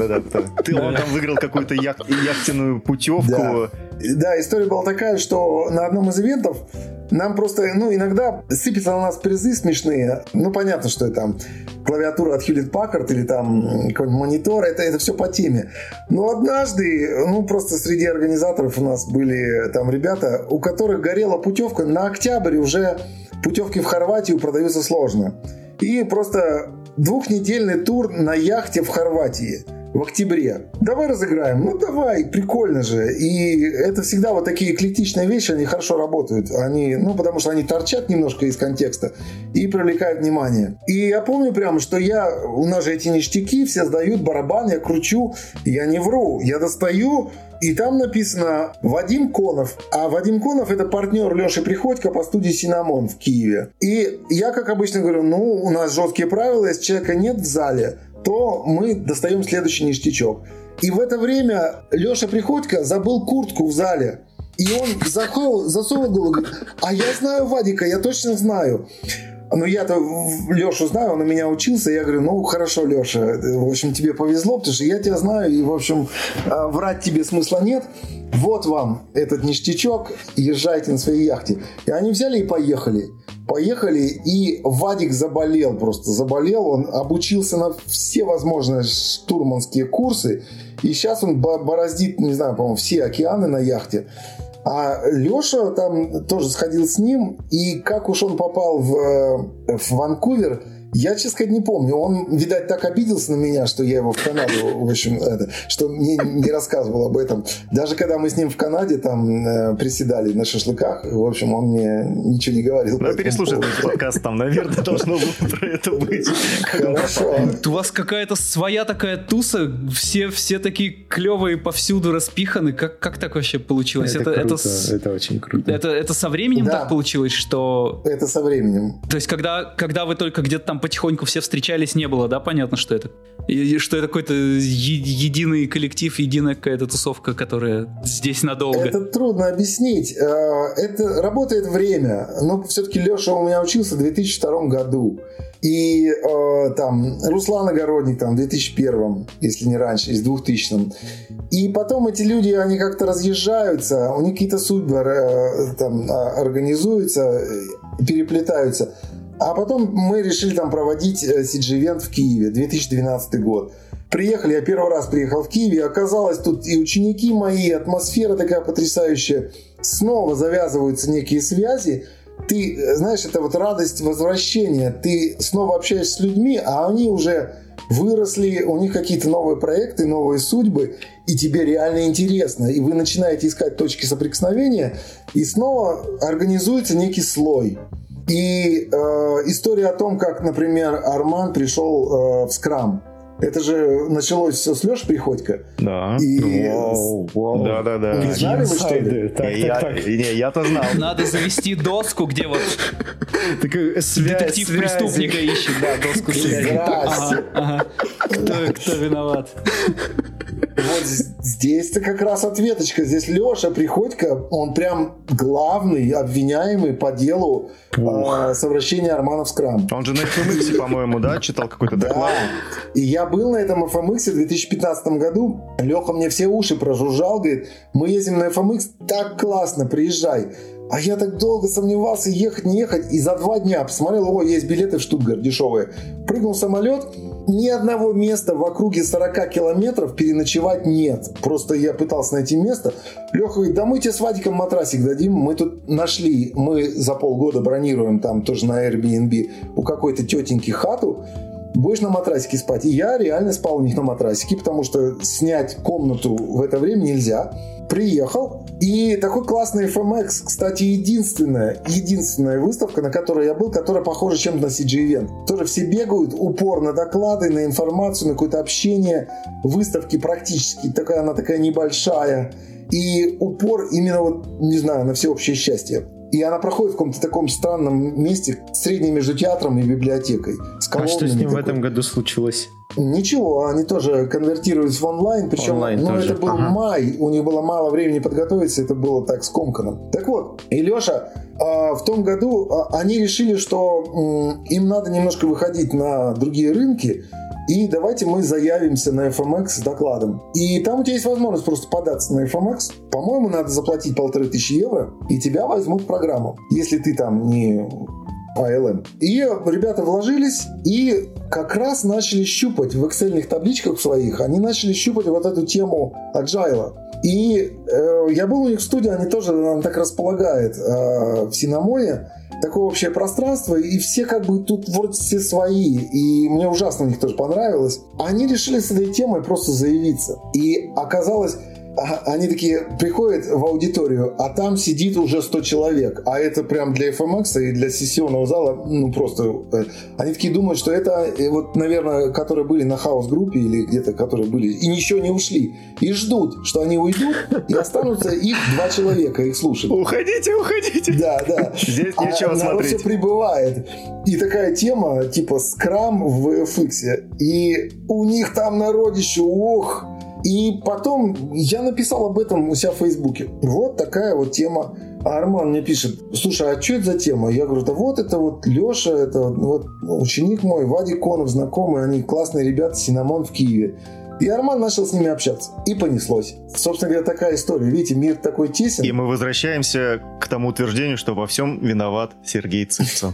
Он там выиграл какую-то яхтенную путевку. Да, история была такая, что на одном из ивентов нам просто, иногда сыпятся на нас призы смешные. Понятно, что это там клавиатура от Hewlett Packard или там какой-нибудь монитор, это все по теме. Но однажды, просто среди организаторов у нас были там ребята, у которых горела путевка на октябрь, уже путевки в Хорватию продаются сложно. И просто 2-недельный тур на яхте в Хорватии. В октябре. Давай разыграем. Давай, прикольно же. И это всегда вот такие эклектичные вещи, они хорошо работают. Они, потому что они торчат немножко из контекста и привлекают внимание. И я помню прямо, что у нас же эти ништяки, все сдают барабан, я кручу, я не вру. Я достаю, и там написано Вадим Конов. А Вадим Конов — это партнер Леши Приходько по студии «Синамон» в Киеве. И я, как обычно, говорю, у нас жесткие правила, если человека нет в зале, то мы достаем следующий ништячок. И в это время Леша Приходько забыл куртку в зале. И он засовывал голову, говорит: а я знаю Вадика, я точно знаю. Я-то Лешу знаю, он у меня учился. Я говорю, хорошо, Леша, в общем, тебе повезло, потому что я тебя знаю, и, в общем, врать тебе смысла нет. Вот вам этот ништячок, езжайте на своей яхте. И они взяли и поехали. И Вадик заболел, он обучился на все возможные штурманские курсы, и сейчас он бороздит, не знаю, по-моему, все океаны на яхте. А Леша там тоже сходил с ним, и как уж он попал в Ванкувер, я, честно сказать, не помню. Он, видать, так обиделся на меня, что я его в Канаду, в общем, что мне не рассказывал об этом. Даже когда мы с ним в Канаде там приседали на шашлыках, в общем, он мне ничего не говорил. Переслушай этот подкаст, там, наверное, должно было про это быть. Хорошо. У вас какая-то своя такая туса, все такие клевые, повсюду распиханы. Как так вообще получилось? Это круто, это очень круто. Это со временем так получилось, что... Это со временем. То есть, когда вы только где-то там потихоньку все встречались, не было, да, понятно, что это? И что это какой-то единый коллектив, единая какая-то тусовка, которая здесь надолго? Это трудно объяснить. Это работает время. Но все-таки Леша у меня учился в 2002 году. И там Руслан Огородник там, в 2001, если не раньше, из 2000. И потом эти люди, они как-то разъезжаются, у них какие-то судьбы там организуются, переплетаются. А потом мы решили там проводить CG-ивент в Киеве, 2012 год. Приехали, я первый раз приехал в Киев, и оказалось, тут и ученики мои, атмосфера такая потрясающая. Снова завязываются некие связи. Ты, знаешь, это вот радость возвращения. Ты снова общаешься с людьми, а они уже выросли, у них какие-то новые проекты, новые судьбы, и тебе реально интересно. И вы начинаете искать точки соприкосновения, и снова организуется некий слой. И история о том, как, например, Арман пришел в Scrum. Это же началось все с Лешей Приходько. Да. И... Да. Не знали вы, что ли? Я-то знал. Надо завести доску, где вот детектив преступника ищет, да, доску связи. Ага. Кто виноват? Вот здесь-то как раз ответочка. Здесь Леша Приходько, он прям главный обвиняемый по делу совращения Армана в Scrum. Он же на FMX, по-моему, да, читал какой-то доклад? Да. И я был на этом FMX в 2015 году. Леха мне все уши прожужжал, говорит, мы ездим на FMX, так классно, приезжай. А я так долго сомневался, ехать, не ехать. И за 2 дня посмотрел, есть билеты в Штутгарт дешевые. Прыгнул в самолет, ни одного места в округе 40 километров переночевать нет. Просто я пытался найти место. Леха говорит, да мы тебе с Вадиком матрасик дадим. Мы тут нашли, мы за полгода бронируем там тоже на Airbnb у какой-то тетеньки хату. Будешь на матрасике спать. И я реально спал у них на матрасике, потому что снять комнату в это время нельзя. Приехал. И такой классный FMX, кстати, единственная выставка, на которой я был, которая похожа чем-то на CG-ивент. Тоже все бегают, упор на доклады, на информацию, на какое-то общение. Выставки практически, она такая небольшая. И упор именно вот, не знаю, на всеобщее счастье. И она проходит в каком-то таком странном месте, средней между театром и библиотекой. А что с ним в этом году случилось? Ничего, они тоже конвертируются в онлайн, причем это был май, у них было мало времени подготовиться, это было так скомканно. Так вот, и Леша в том году они решили, что им надо немножко выходить на другие рынки, и давайте мы заявимся на FMX с докладом. И там у тебя есть возможность просто податься на FMX. По-моему, надо заплатить 1500 евро, и тебя возьмут в программу, если ты там не ALM. И ребята вложились и как раз начали щупать в эксельных табличках своих, они начали щупать вот эту тему Agile. И я был у них в студии, они тоже нам так располагают в Синамоне. Такое общее пространство, и все как бы тут вроде все свои, и мне ужасно у них тоже понравилось. Они решили с этой темой просто заявиться. И оказалось, они такие приходят в аудиторию, а там сидит уже 100 человек. А это прям для FMX и для сессионного зала, просто... Они такие думают, что это, вот, наверное, которые были на хаус-группе или где-то, которые были, и ничего не ушли. И ждут, что они уйдут, и останутся их 2 человека, их слушают. Уходите! Да. Здесь нечего смотреть. Народ все прибывает. И такая тема, типа Scrum в FX. И у них там народище, И потом я написал об этом у себя в Фейсбуке. Вот такая вот тема. А Арман мне пишет, слушай, а что это за тема? Я говорю, да вот это вот Леша, это вот ученик мой, Вадик Конов, знакомый, они классные ребята, Синамон в Киеве. И Арман начал с ними общаться. И понеслось. Собственно говоря, такая история. Видите, мир такой тесен. И мы возвращаемся к тому утверждению, что во всем виноват Сергей Цыпцин.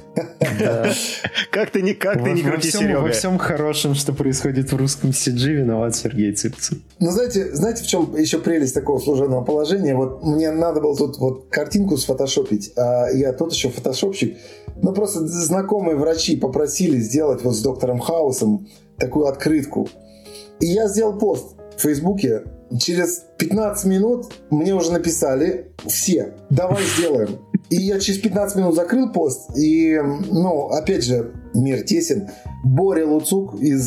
Как ты не крути, Серега. Во всем хорошем, что происходит в русском CG, виноват Сергей Цыпцин. Ну, знаете, в чем еще прелесть такого служебного положения? Вот мне надо было тут вот картинку сфотошопить, а я тот еще фотошопщик. Ну, просто знакомые врачи попросили сделать вот с доктором Хаусом такую открытку. И я сделал пост в Фейсбуке. Через 15 минут мне уже написали все, давай сделаем. И я через 15 минут закрыл пост. И, опять же, мир тесен. Боря Луцук из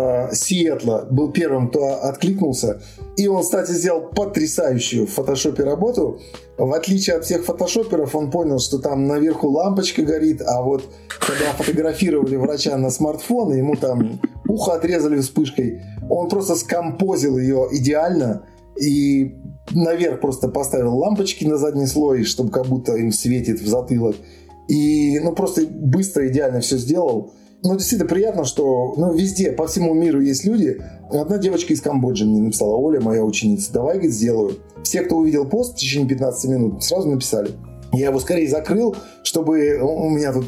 Сиэтла был первым, кто откликнулся. И он, кстати, сделал потрясающую в фотошопе работу. В отличие от всех фотошоперов, он понял, что там наверху лампочка горит, а вот когда фотографировали врача на смартфон, ему там ухо отрезали вспышкой, он просто скомпозил ее идеально и наверх просто поставил лампочки на задний слой, чтобы как будто им светит в затылок. И просто быстро, идеально все сделал. Действительно приятно, что везде, по всему миру есть люди. Одна девочка из Камбоджи мне написала: Оля, моя ученица, давай, говорит, сделаю. Все, кто увидел пост в течение 15 минут, сразу написали. Я его скорее закрыл, чтобы у меня тут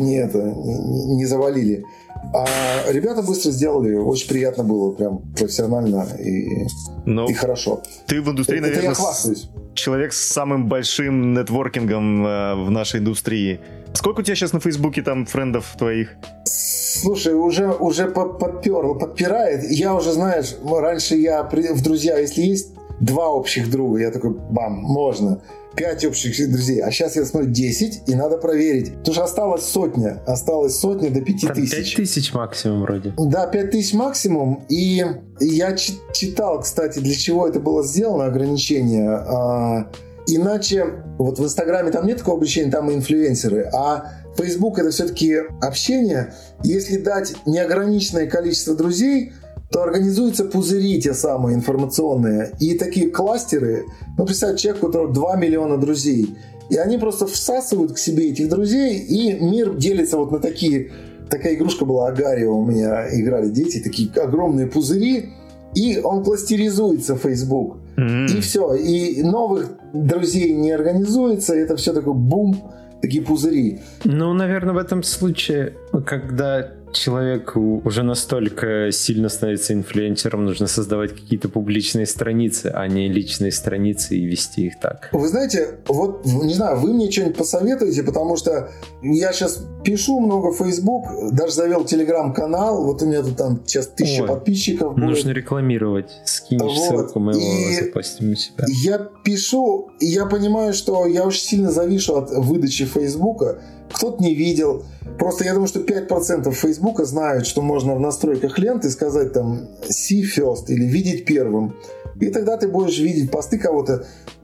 не завалили. А ребята быстро сделали, очень приятно было, прям профессионально и хорошо. Ты в индустрии, это наверное, я хвастаюсь. Человек с самым большим нетворкингом в нашей индустрии. Сколько у тебя сейчас на Фейсбуке там френдов твоих? Слушай, уже подпирает. Я уже, знаешь, раньше я в друзья, если есть 2 общих друга, я такой, бам, можно. 5 общих друзей, а сейчас я смотрю 10, и надо проверить. Потому что осталось сотня до 5000. 5000 максимум вроде. Да, 5000 максимум. И я читал, кстати, для чего это было сделано, ограничение. Иначе, вот в Инстаграме там нет такого обучения, там и инфлюенсеры, а Facebook это все-таки общение. Если дать неограниченное количество друзей, то организуются пузыри те самые информационные. И такие кластеры, представь, человек, у которого 2 миллиона друзей. И они просто всасывают к себе этих друзей, и мир делится вот на такие... Такая игрушка была Агарио, у меня играли дети, такие огромные пузыри, и он кластеризуется, Facebook. И все. И новых друзей не организуется, это все такой бум, такие пузыри. Наверное, в этом случае, когда человек уже настолько сильно становится инфлюенсером, нужно создавать какие-то публичные страницы, а не личные страницы и вести их так. Вы знаете, вот, не знаю, вы мне что-нибудь посоветуете, потому что я сейчас пишу много в Facebook, даже завел телеграм-канал, вот у меня тут там сейчас 1000 подписчиков будет. Нужно рекламировать, скинешь ссылку, мы его запостим у себя. Я пишу, и я понимаю, что я очень сильно завишу от выдачи Фейсбука. Кто-то не видел. Просто я думаю, что 5% Фейсбука знают, что можно в настройках ленты сказать там see first или видеть первым. И тогда ты будешь видеть посты кого-то.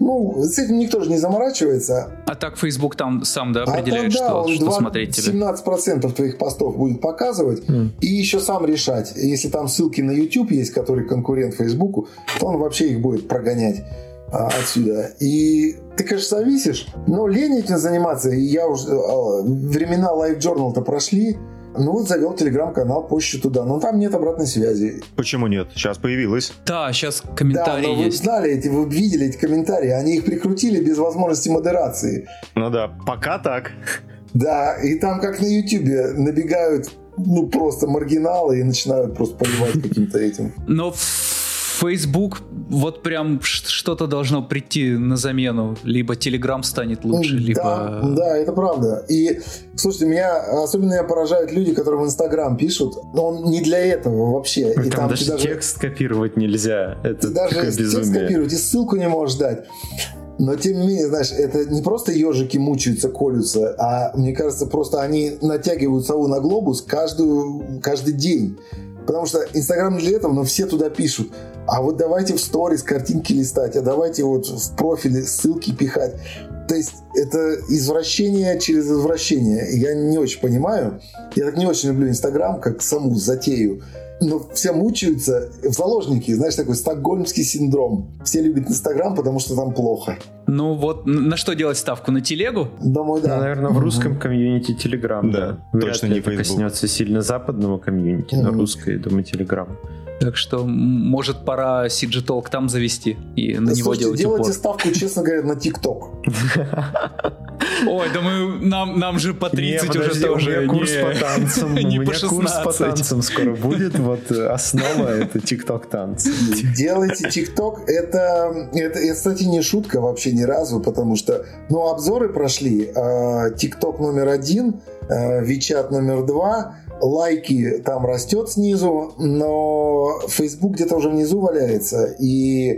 С этим никто же не заморачивается. А так Facebook там сам определяет, что смотреть тебе. 17% твоих постов будет показывать и еще сам решать. Если там ссылки на YouTube есть, который конкурент Фейсбуку, то он вообще их будет прогонять отсюда. И ты, конечно, зависишь, но лень этим заниматься. И я уже... Времена Live Journal-то прошли. Завел телеграм-канал, позже туда. Но там нет обратной связи. Почему нет? Сейчас появилась. Да, сейчас комментарии есть. Вы знали, вы видели эти комментарии. Они их прикрутили без возможности модерации. Пока так. Да, и там как на Ютубе набегают просто маргиналы и начинают просто поливать каким-то этим. Но Facebook вот прям что-то должно прийти на замену. Либо Telegram станет лучше, либо... Да, это правда. И, слушайте, меня особенно поражают люди, которые в Instagram пишут. Но он не для этого вообще. И там даже текст копировать нельзя. Это даже текст копировать и ссылку не можешь дать. Но, тем не менее, знаешь, это не просто ежики мучаются, колются, а, мне кажется, просто они натягивают сову на глобус каждый день. Потому что Инстаграм для этого, но все туда пишут. А вот давайте в сторис картинки листать, а давайте вот в профиле ссылки пихать. То есть это извращение через извращение. Я не очень понимаю. Я так не очень люблю Инстаграм, как саму затею. Но все мучаются в заложники. Знаешь, такой стокгольмский синдром. Все любят Инстаграм, потому что там плохо. На что делать ставку? На телегу? Думаю, да. Наверное, в русском комьюнити Телеграм. Да, точно не Facebook. Коснется сильно западного комьюнити, но русское, думаю, Телеграм. Так что, может, пора CG Talk там завести и на него делать упор. Делайте ставку, честно говоря, на ТикТок. Ой, думаю, нам же по 30 уже тоже. У меня курс по танцам. Не по 16. Курс по танцам скоро будет. Вот основа — это ТикТок танцы. Делайте ТикТок. Это, кстати, не шутка вообще ни разу, потому что, обзоры прошли. ТикТок номер 1, Вичат номер 2. Лайки там растет снизу, но Facebook где-то уже внизу валяется. И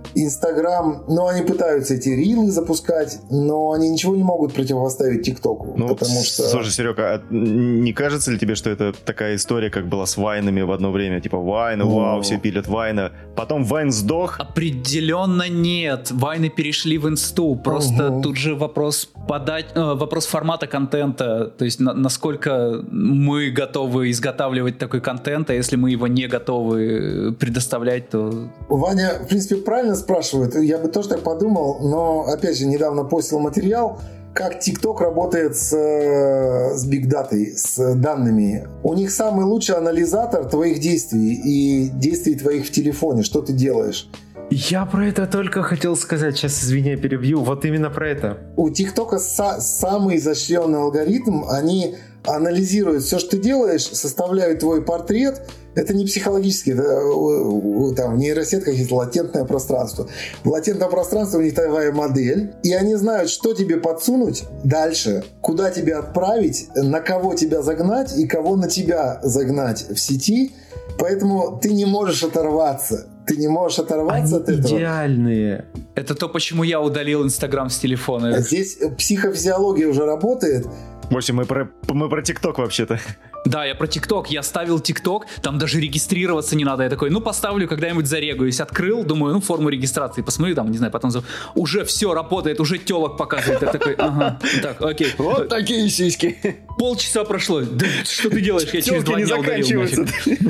Инстаграм, они пытаются эти рилы запускать, но они ничего не могут противопоставить ТикТоку. Потому что... Слушай, Серега, а не кажется ли тебе, что это такая история, как была с Вайнами в одно время? Типа, Вайны, вау, все пилят Вайна. Потом Вайн сдох. Определенно нет. Вайны перешли в Инсту. Просто тут же вопрос формата контента. То есть, насколько мы готовы изготавливать такой контент, а если мы его не готовы предоставлять, то... Ваня, в принципе, правильно спрашивает. Я бы тоже так подумал, но, опять же, недавно постил материал, как TikTok работает с Big Data, с данными. У них самый лучший анализатор твоих действий и действий твоих в телефоне, что ты делаешь. Я про это только хотел сказать. Сейчас, извини, я перебью. Вот именно про это. У ТикТока самый изощренный алгоритм. Они анализируют все, что ты делаешь, составляют твой портрет. Это не психологически, там в нейросетках есть латентное пространство. В латентном пространстве у них твоя модель, и они знают, что тебе подсунуть дальше, куда тебя отправить, на кого тебя загнать и кого на тебя загнать в сети. Поэтому ты не можешь оторваться. Ты не можешь оторваться от этого. Идеальные. Это то, почему я удалил Инстаграм с телефона. Здесь психофизиология уже работает. Вася, мы про ТикТок вообще-то. Да, я про ТикТок. Я ставил ТикТок, там даже регистрироваться не надо. Я такой, поставлю, когда-нибудь зарегаюсь. Открыл, думаю, форму регистрации посмотрю, там, не знаю, потом уже все работает, уже телок показывает. Я такой, ага, так, окей. Вот такие сиськи. Полчаса прошло. Да что ты делаешь? Я через 2 дня удалил нафиг.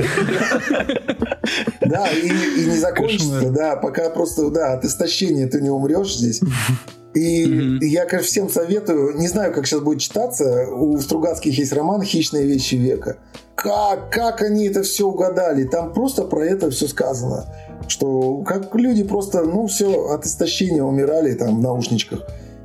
Да, и не закончится, да, пока просто, от истощения ты не умрешь здесь. И я, конечно, всем советую, не знаю, как сейчас будет читаться, у Стругацких есть роман «Хищные вещи века». Как они это все угадали? Там просто про это все сказано. Что как люди просто, все от истощения умирали там в наушничках.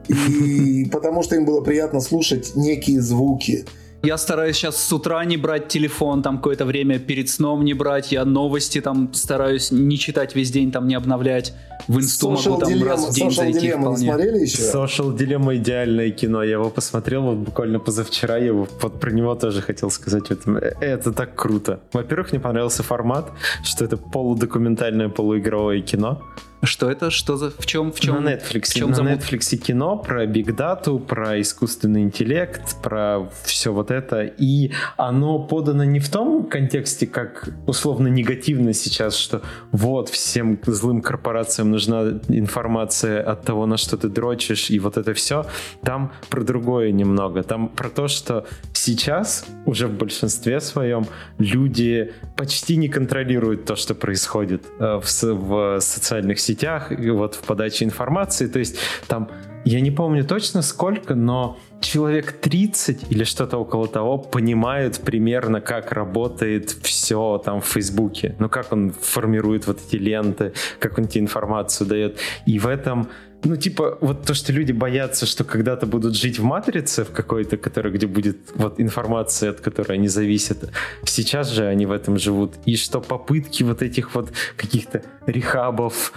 И потому что им было приятно слушать некие звуки. Я стараюсь сейчас с утра не брать телефон, там какое-то время перед сном не брать, я новости там стараюсь не читать весь день, там не обновлять. В Инсту могу там раз в день зайти вполне. Не смотрели еще? Social Dilemma идеальное кино, я его посмотрел вот буквально позавчера, я вот про него тоже хотел сказать. Это так круто. Во-первых, мне понравился формат, что это полудокументальное, полуигровое кино. Что это? В чем? На Netflix кино про Big Data, про искусственный интеллект, про все вот это. И оно подано не в том контексте, как условно негативно сейчас, что вот всем злым корпорациям нужна информация от того, на что ты дрочишь, и вот это все. Там про другое немного. Там про то, что сейчас уже в большинстве своем люди почти не контролируют то, что происходит в социальных сетях, и вот в подаче информации. То есть там, я не помню точно сколько, но человек 30 или что-то около того понимают примерно, как работает все там в Фейсбуке. Как он формирует вот эти ленты, как он тебе информацию дает. И в этом вот то, что люди боятся, что когда-то будут жить в матрице в какой-то, где будет вот информация, от которой они зависят. Сейчас же они в этом живут. И что попытки вот этих вот каких-то рехабов,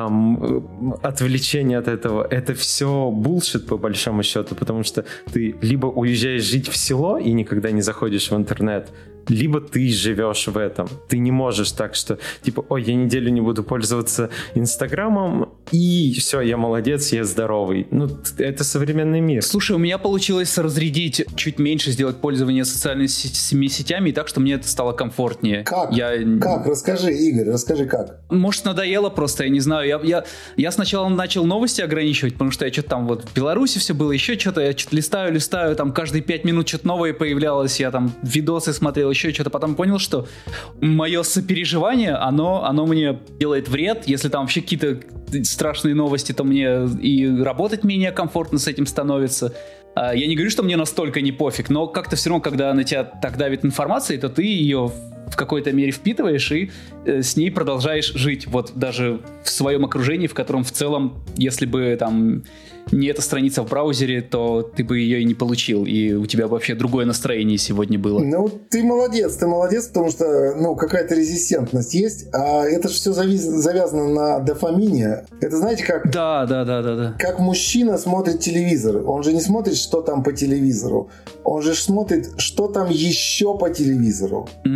там, отвлечения от этого, это все булшит по большому счету, потому что ты либо уезжаешь жить в село и никогда не заходишь в интернет, либо ты живешь в этом. Ты не можешь так, что типа, я неделю не буду пользоваться Инстаграмом, и все, я молодец, я здоровый. Это современный мир. Слушай, у меня получилось разрядить, чуть меньше сделать пользование социальными сетями так, что мне это стало комфортнее. Как? Как? Расскажи, Игорь, как. Может, надоело просто, я не знаю. Я сначала начал новости ограничивать, потому что я что-то там вот в Беларуси все было, еще что-то, я что-то листаю, там каждые 5 минут что-то новое появлялось, я там видосы смотрел, еще что-то, потом понял, что мое сопереживание, оно мне делает вред, если там вообще какие-то страшные новости, то мне и работать менее комфортно с этим становится. Я не говорю, что мне настолько не пофиг, но как-то все равно, когда на тебя так давит информация, то ты ее в какой-то мере впитываешь и с ней продолжаешь жить. Вот даже в своем окружении, в котором в целом, если бы там не эта страница в браузере, то ты бы ее и не получил, и у тебя вообще другое настроение сегодня было. Ты молодец, потому что, какая-то резистентность есть, а это же все завязано на дофамине. Это знаете, как... Да. Как мужчина смотрит телевизор. Он же не смотрит, что там по телевизору. Он же смотрит, что там еще по телевизору. Я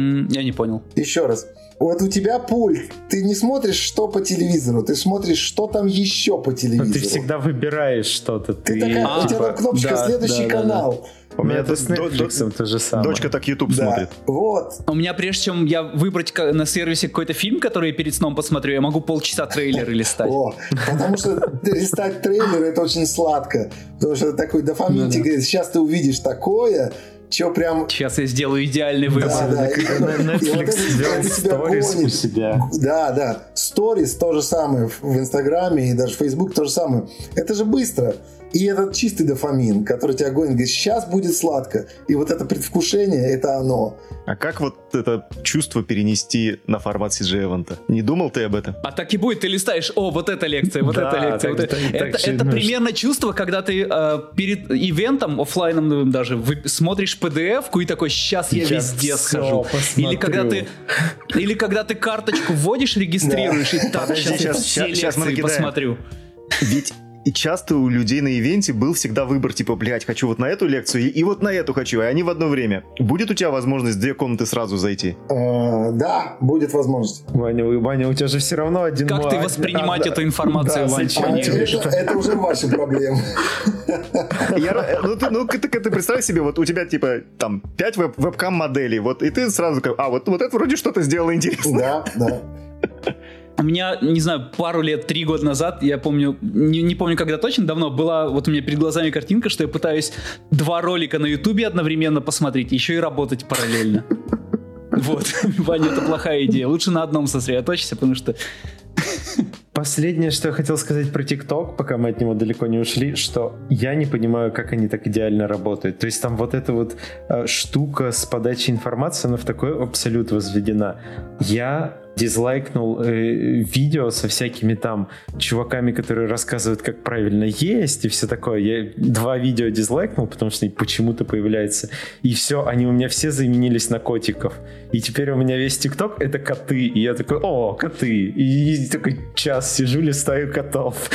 я не понял. Еще раз. Вот у тебя пульт. Ты не смотришь, что по телевизору, ты смотришь, что там еще по телевизору. Но ты всегда выбираешь что-то. Ты такая, у тебя там кнопочка «Следующий канал». У меня это с Netflix то же самое. Дочка так YouTube смотрит. Вот. У меня, прежде чем я выбрать на сервисе какой-то фильм, который я перед сном посмотрю, я могу полчаса трейлеры листать. Потому что листать трейлеры — это очень сладко. Потому что такой дофамин тебе говорит, сейчас ты увидишь такое, что прям... Сейчас я сделаю идеальный выбор. Да. Netflix сделал сторис у себя. Да. Сторис то же самое в Инстаграме и даже в Фейсбуке то же самое. Это же быстро. И это чистый дофамин, который тебя гонит, говорит, сейчас будет сладко. И вот это предвкушение, это оно. А как вот это чувство перенести на формат CG-эвента? Не думал ты об этом? А так и будет, ты листаешь, вот эта лекция, вот эта лекция. Это примерно чувство, когда ты перед ивентом, офлайном даже, смотришь PDF-ку и такой, сейчас я везде схожу. Или когда ты карточку вводишь, регистрируешь, и так, сейчас все лекции посмотрю. Ведь и часто у людей на ивенте был всегда выбор, типа, блядь, хочу вот на эту лекцию и вот на эту хочу, и они в одно время. Будет у тебя возможность в 2 комнаты сразу зайти? Да, будет возможность. Ваня, у тебя же все равно один Как ты воспринимать эту информацию, Вань? Это уже ваши проблемы. Ну, ты представь себе, вот у тебя, типа, там, 5 вебкам-моделей, вот, и ты сразу, вот это вроде что-то сделало интересно. Да. У меня, не знаю, 3 года назад, я помню, не помню, когда точно, давно, была вот у меня перед глазами картинка, что я пытаюсь 2 ролика на Ютубе одновременно посмотреть, еще и работать параллельно. Вот, Ваня, это плохая идея. Лучше на одном сосредоточься, потому что... Последнее, что я хотел сказать про ТикТок, пока мы от него далеко не ушли, что я не понимаю, как они так идеально работают. То есть там вот эта вот штука с подачей информации, она в такой абсолют возведена. Я дизлайкнул видео со всякими там чуваками, которые рассказывают, как правильно есть и все такое. Я 2 видео дизлайкнул, потому что они почему-то появляются. И все, они у меня все заменились на котиков. И теперь у меня весь ТикТок — это коты. И я такой, коты. И такой час сижу, листаю котов.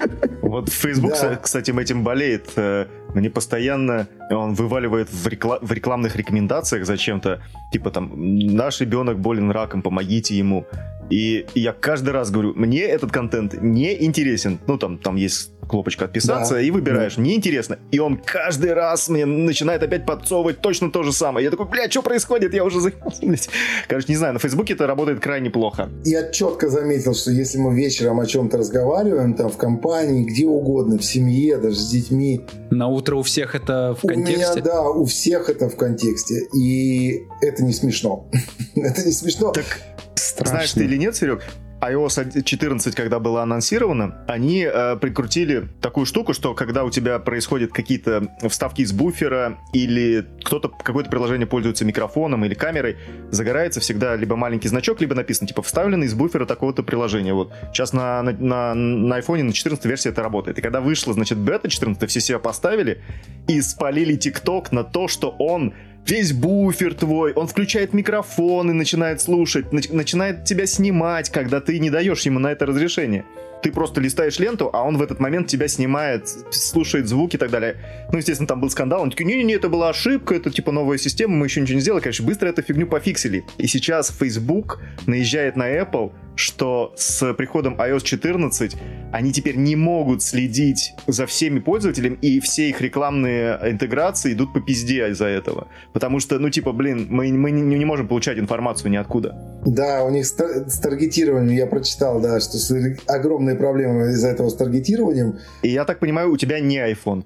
Вот Facebook, кстати, этим болеет. Мне постоянно он вываливает в рекламных рекомендациях зачем-то, типа там, наш ребенок болен раком, помогите ему. И я каждый раз говорю, мне этот контент не интересен. Ну, там есть кнопочка «Отписаться», и выбираешь, неинтересно. И он каждый раз мне начинает опять подсовывать точно то же самое. Я такой, что происходит? Я уже заебался. Короче, не знаю, на Фейсбуке это работает крайне плохо. Я четко заметил, что если мы вечером о чем-то разговариваем, там, в компании, где угодно, в семье, даже с детьми. На утро у всех это в контексте? У меня, у всех это в контексте. И это не смешно. Это не смешно. Так, знаешь ты или нет, Серег? iOS 14, когда было анонсировано, они прикрутили такую штуку, что когда у тебя происходят какие-то вставки из буфера или какое-то приложение пользуется микрофоном или камерой, загорается всегда либо маленький значок, либо написано, типа, вставлено из буфера такого-то приложения. Вот. Сейчас на iPhone, на 14 версии это работает. И когда вышла, значит, бета 14, все себя поставили и спалили TikTok на то, что он весь буфер твой, он включает микрофон и начинает слушать, начинает тебя снимать, когда ты не даешь ему на это разрешение. Ты просто листаешь ленту, а он в этот момент тебя снимает, слушает звуки и так далее. Ну, естественно, там был скандал. Он такой, не-не-не, это была ошибка, это типа новая система, мы еще ничего не сделали. Конечно, быстро эту фигню пофиксили. И сейчас Facebook наезжает на Apple, что с приходом iOS 14 они теперь не могут следить за всеми пользователями, и все их рекламные интеграции идут по пизде из-за этого. Потому что, мы не можем получать информацию ниоткуда. Да, у них с таргетированием, я прочитал, да, что огромные проблемы из-за этого с таргетированием. И я так понимаю, у тебя не iPhone.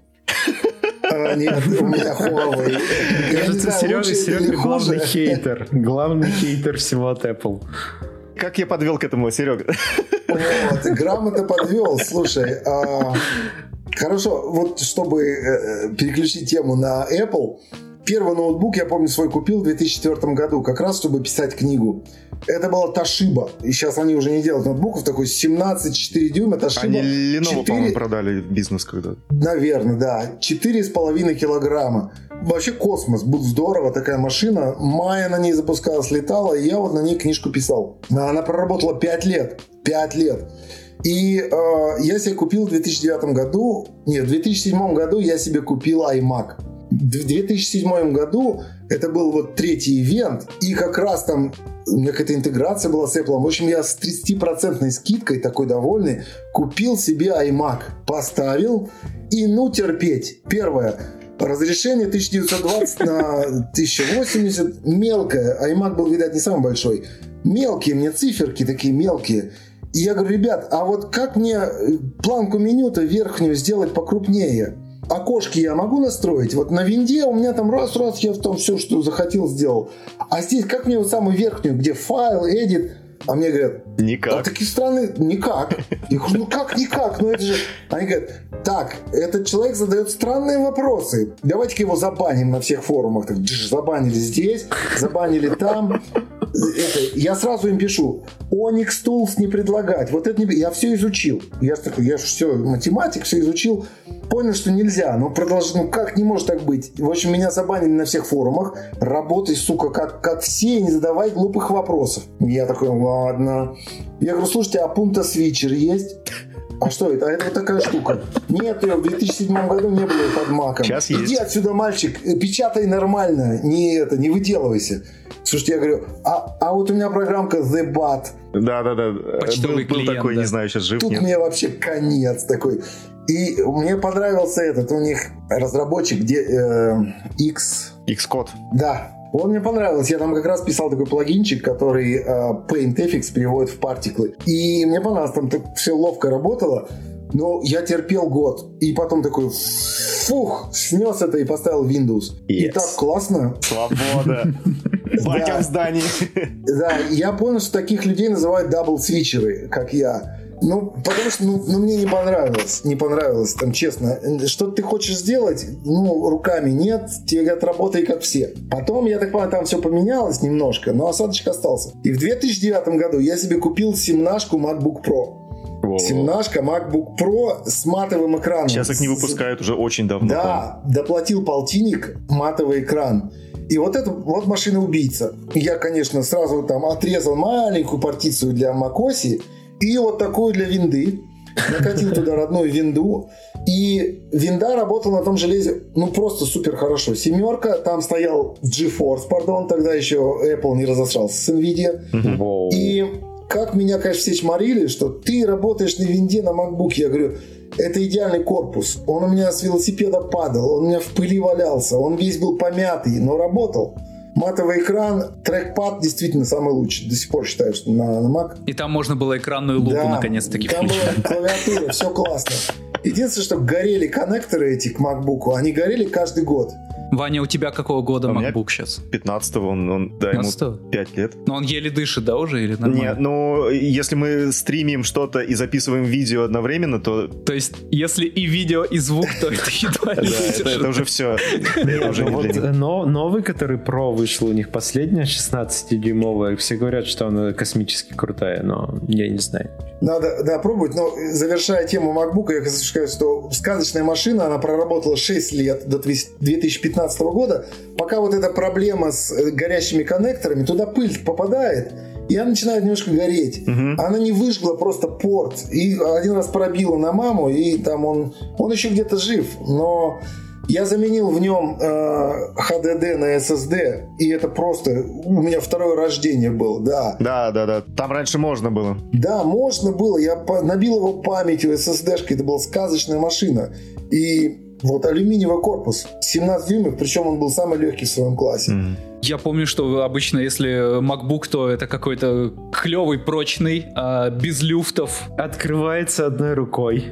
Нет, у меня Huawei. Кажется, Серега главный хейтер. Главный хейтер всего от Apple. Как я подвел к этому, Серега? Вот, грамотно подвел. Слушай, хорошо, вот чтобы переключить тему на Apple, первый ноутбук, я помню, свой купил в 2004 году, как раз чтобы писать книгу. Это была Toshiba. И сейчас они уже не делают ноутбуков, такой 17,4 дюйма Toshiba. Они Lenovo, по-моему, продали бизнес когда-то. Наверное, да. 4,5 килограмма. Вообще космос. Был здорово, такая машина. Майя на ней запускалась, летала, и я вот на ней книжку писал. Она проработала 5 лет. 5 лет. И я себе купил в 2009 году... Нет, в 2007 году я себе купил iMac. В 2007 году это был вот третий ивент, и как раз там у меня какая-то интеграция была с Apple. В общем, я с 30% скидкой, такой довольный, купил себе iMac, поставил и терпеть. Первое. Разрешение 1920 на 1080, мелкое. iMac был, видать, не самый большой. Мелкие мне циферки, такие мелкие. И я говорю, ребят, а вот как мне планку меню-то верхнюю сделать покрупнее? Окошки я могу настроить? Вот на винде у меня там раз, я там все, что захотел, сделал. А здесь как мне вот самую верхнюю, где файл, edit? А мне говорят, никак. А такие страны, никак. Я говорю, как никак? Ну это же... Они говорят, так, этот человек задает странные вопросы. Давайте-ка его забаним на всех форумах. Так, забанили здесь, забанили там. Я сразу им пишу, Onyx Tools не предлагать. Вот это не... Я все изучил. Я все, математик, все изучил. Понял, что нельзя. Но продолжил, как не может так быть? В общем, меня забанили на всех форумах. Работай, сука, как все, и не задавай глупых вопросов. Я такой, ладно. Я говорю, слушайте, а Punta Switcher есть? А что это? А это вот такая штука. Нет, ее в 2007 году не было под маком. Сейчас Иди есть. отсюда, мальчик, печатай нормально, не выделывайся. Слушайте, я говорю, а вот у меня программка The Bat. Да. Почтовый был клиент, такой, да. не знаю, сейчас жив, Тут нет. мне вообще конец такой. И мне понравился этот, у них разработчик, Xcode. Да, он мне понравился. Я там как раз писал такой плагинчик, который PaintFX переводит в партиклы. И мне понравилось, там все ловко работало. Но я терпел год. И потом такой, снес это и поставил Windows. И так классно. Свобода. Батя в здании. Да, я понял, что таких людей называют дабл-свитчеры, как я. Потому что мне не понравилось, там, честно. Что ты хочешь сделать, руками нет, тебе говорят, работай как все. Потом, я так понимаю, там все поменялось немножко, но осадочек остался. И в 2009 году я себе купил 17-ку MacBook Pro. 17-ка MacBook Pro с матовым экраном. Сейчас их не выпускают уже очень давно. Да, доплатил полтинник, матовый экран. И вот эта вот машина-убийца. Я, конечно, сразу там отрезал маленькую партицию для macOS и вот такую для винды. Накатил туда родную винду. И винда работала на том железе, просто супер хорошо. 7, там стоял GeForce, тогда еще Apple не разосрался с NVIDIA. И как меня, конечно, все чморили, что ты работаешь на винде на MacBook. Я говорю, это идеальный корпус. Он у меня с велосипеда падал, он у меня в пыли валялся, он весь был помятый, но работал. Матовый экран, трекпад действительно самый лучший. До сих пор считаю, что на Mac. И там можно было экранную лупу наконец-таки там включить. была клавиатура, все классно. Единственное, что горели коннекторы эти к MacBook, они горели каждый год. Ваня, у тебя какого года MacBook сейчас? 15-го, он да, ему 5 лет. Но он еле дышит, да, уже? Или нормально? Нет, если мы стримим что-то и записываем видео одновременно, то... То есть, если и видео, и звук, то это едва ли Да, это уже все. Новый, который Pro вышел, у них последняя 16-дюймовая. Все говорят, что она космически крутая, но я не знаю. Надо пробовать, но завершая тему MacBook, я хочу сказать, что сказочная машина, она проработала 6 лет до 2015 года, пока вот эта проблема с горящими коннекторами, туда пыль попадает, и она начинает немножко гореть. Она не выжгла просто порт, и один раз пробила на маму, и там он еще где-то жив, но... Я заменил в нем HDD на SSD, и это просто у меня второе рождение было, да. Да. Там раньше можно было. Да, можно было. Я набил его памятью SSD-шкой, это была сказочная машина. И вот алюминиевый корпус, 17 дюймов, причем он был самый легкий в своем классе. Я помню, что обычно, если MacBook, то это какой-то клевый, прочный, без люфтов. Открывается одной рукой.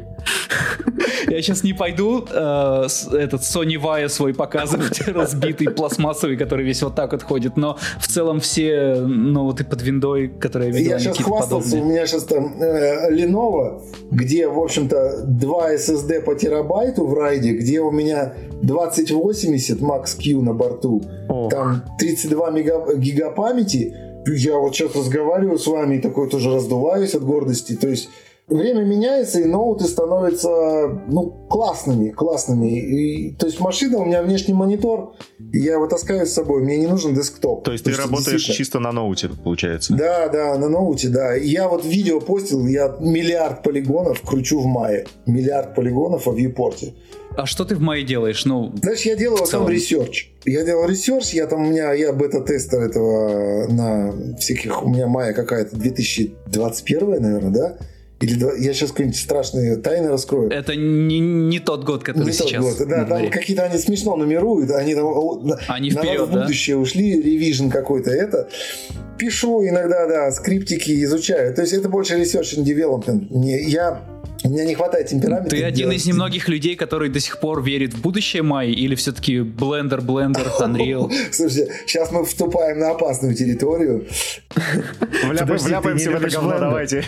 Я сейчас не пойду этот Sony Vaio свой показывать, разбитый, пластмассовый, который весь вот так вот ходит, но в целом все, вот и под виндой, которые я видел, я сейчас хвастался, подобные. У меня сейчас там Lenovo, где, в общем-то, 2 SSD по терабайту в райде, где у меня 2080 Max Q на борту, там 32 гига памяти. Я вот сейчас разговариваю с вами и такой тоже раздуваюсь от гордости. То есть время меняется, и ноуты становятся, классными. То есть машина, у меня внешний монитор, я его таскаю с собой, мне не нужен десктоп. То есть ты работаешь чисто на ноуте, получается? Да, на ноуте, да. Я вот видео постил, я миллиард полигонов кручу в Maya. Миллиард полигонов в Viewport. А что ты в Maya делаешь? Знаешь, я делаю сам ресерч. Я делал ресерч, я бета-тестер этого на всяких, у меня Maya какая-то 2021, наверное, да? Или я сейчас какие-нибудь страшные тайны раскрою. Это не тот год, который не сейчас. Тот год, да. Там какие-то они смешно нумеруют. Они вперед, в будущее ушли, ревижн какой-то. Пишу иногда, да, скриптики изучаю. То есть это больше research and development. У меня не хватает темперамента. Ты один из немногих людей, который до сих пор верит в будущее Maya, или все-таки Blender, Unreal? Слушайте, сейчас мы вступаем на опасную территорию. Вляпаемся в это говно, давайте.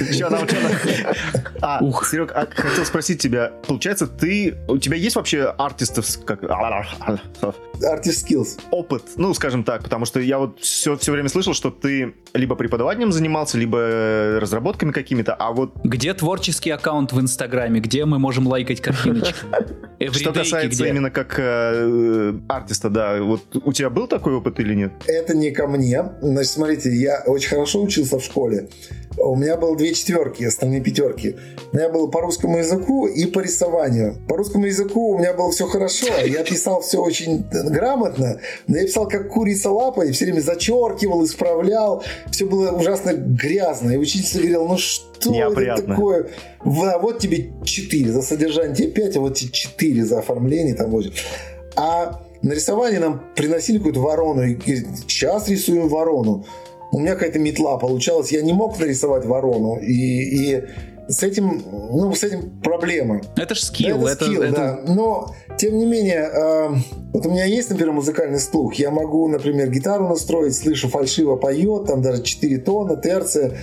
Серег, хотел спросить тебя, получается, у тебя есть вообще артистов, Artist skills. Опыт, скажем так, потому что я вот все время слышал, что ты либо преподаванием занимался, либо разработками какими-то, а вот... Где творческий аккаунт в Инстаграме, где мы можем лайкать картиночки? Что касается именно как артиста, да, вот у тебя был такой опыт или нет? Это не ко мне. Значит, смотрите, я очень хорошо учился в школе. У меня было 2 4, остальные 5. У меня было по русскому языку и по рисованию. По русскому языку у меня было все хорошо. Я писал все очень грамотно, но я писал как курица лапой, все время зачеркивал, исправлял. Все было ужасно грязно. И учитель говорил, что это такое? Вот тебе 4 за содержание, тебе 5, а вот тебе 4 за оформление. Там 8. А на рисование нам приносили какую-то ворону. И сейчас рисуем ворону. У меня какая-то метла получалась, я не мог нарисовать ворону, и с этим проблема. Это же скилл. Да, это скилл, да. Но, тем не менее, вот у меня есть, например, музыкальный слух. Я могу, например, гитару настроить, слышу, фальшиво поет, там даже 4 тона, терция.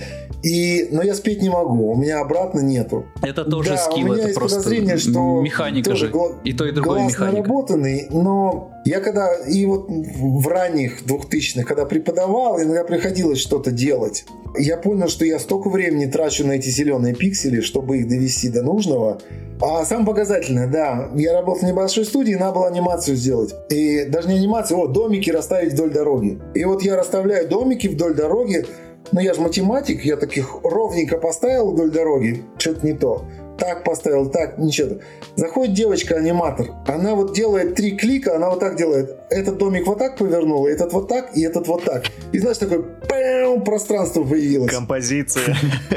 Но я спеть не могу, у меня обратно нету. Это тоже скилл, это просто механика же. И то, и другое механика. Глаз наработанный, но я когда, и вот в ранних 2000-х, когда преподавал, иногда приходилось что-то делать. Я понял, что я столько времени трачу на эти зеленые пиксели, чтобы их довести до нужного. А самое показательное, да, я работал в небольшой студии, надо было анимацию сделать. И даже не анимацию, домики расставить вдоль дороги. И вот я расставляю домики вдоль дороги, но я же математик, я таких ровненько поставил вдоль дороги, что-то не то. Так поставил, так, ничего. Заходит девочка-аниматор, она вот делает 3 клика, она вот так делает. Этот домик вот так повернула, этот вот так и этот вот так. И знаешь, такое пространство появилось. Композиция.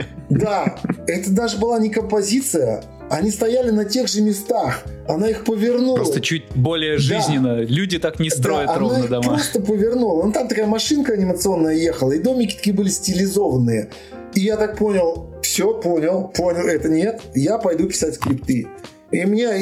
Да, это даже была не композиция. Они стояли на тех же местах. Она их повернула. Просто чуть более жизненно. Да. Люди так не строят ровно дома. Она их просто повернула. Там такая машинка анимационная ехала, и домики такие были стилизованные. И я так понял, понял, это нет, я пойду писать скрипты. И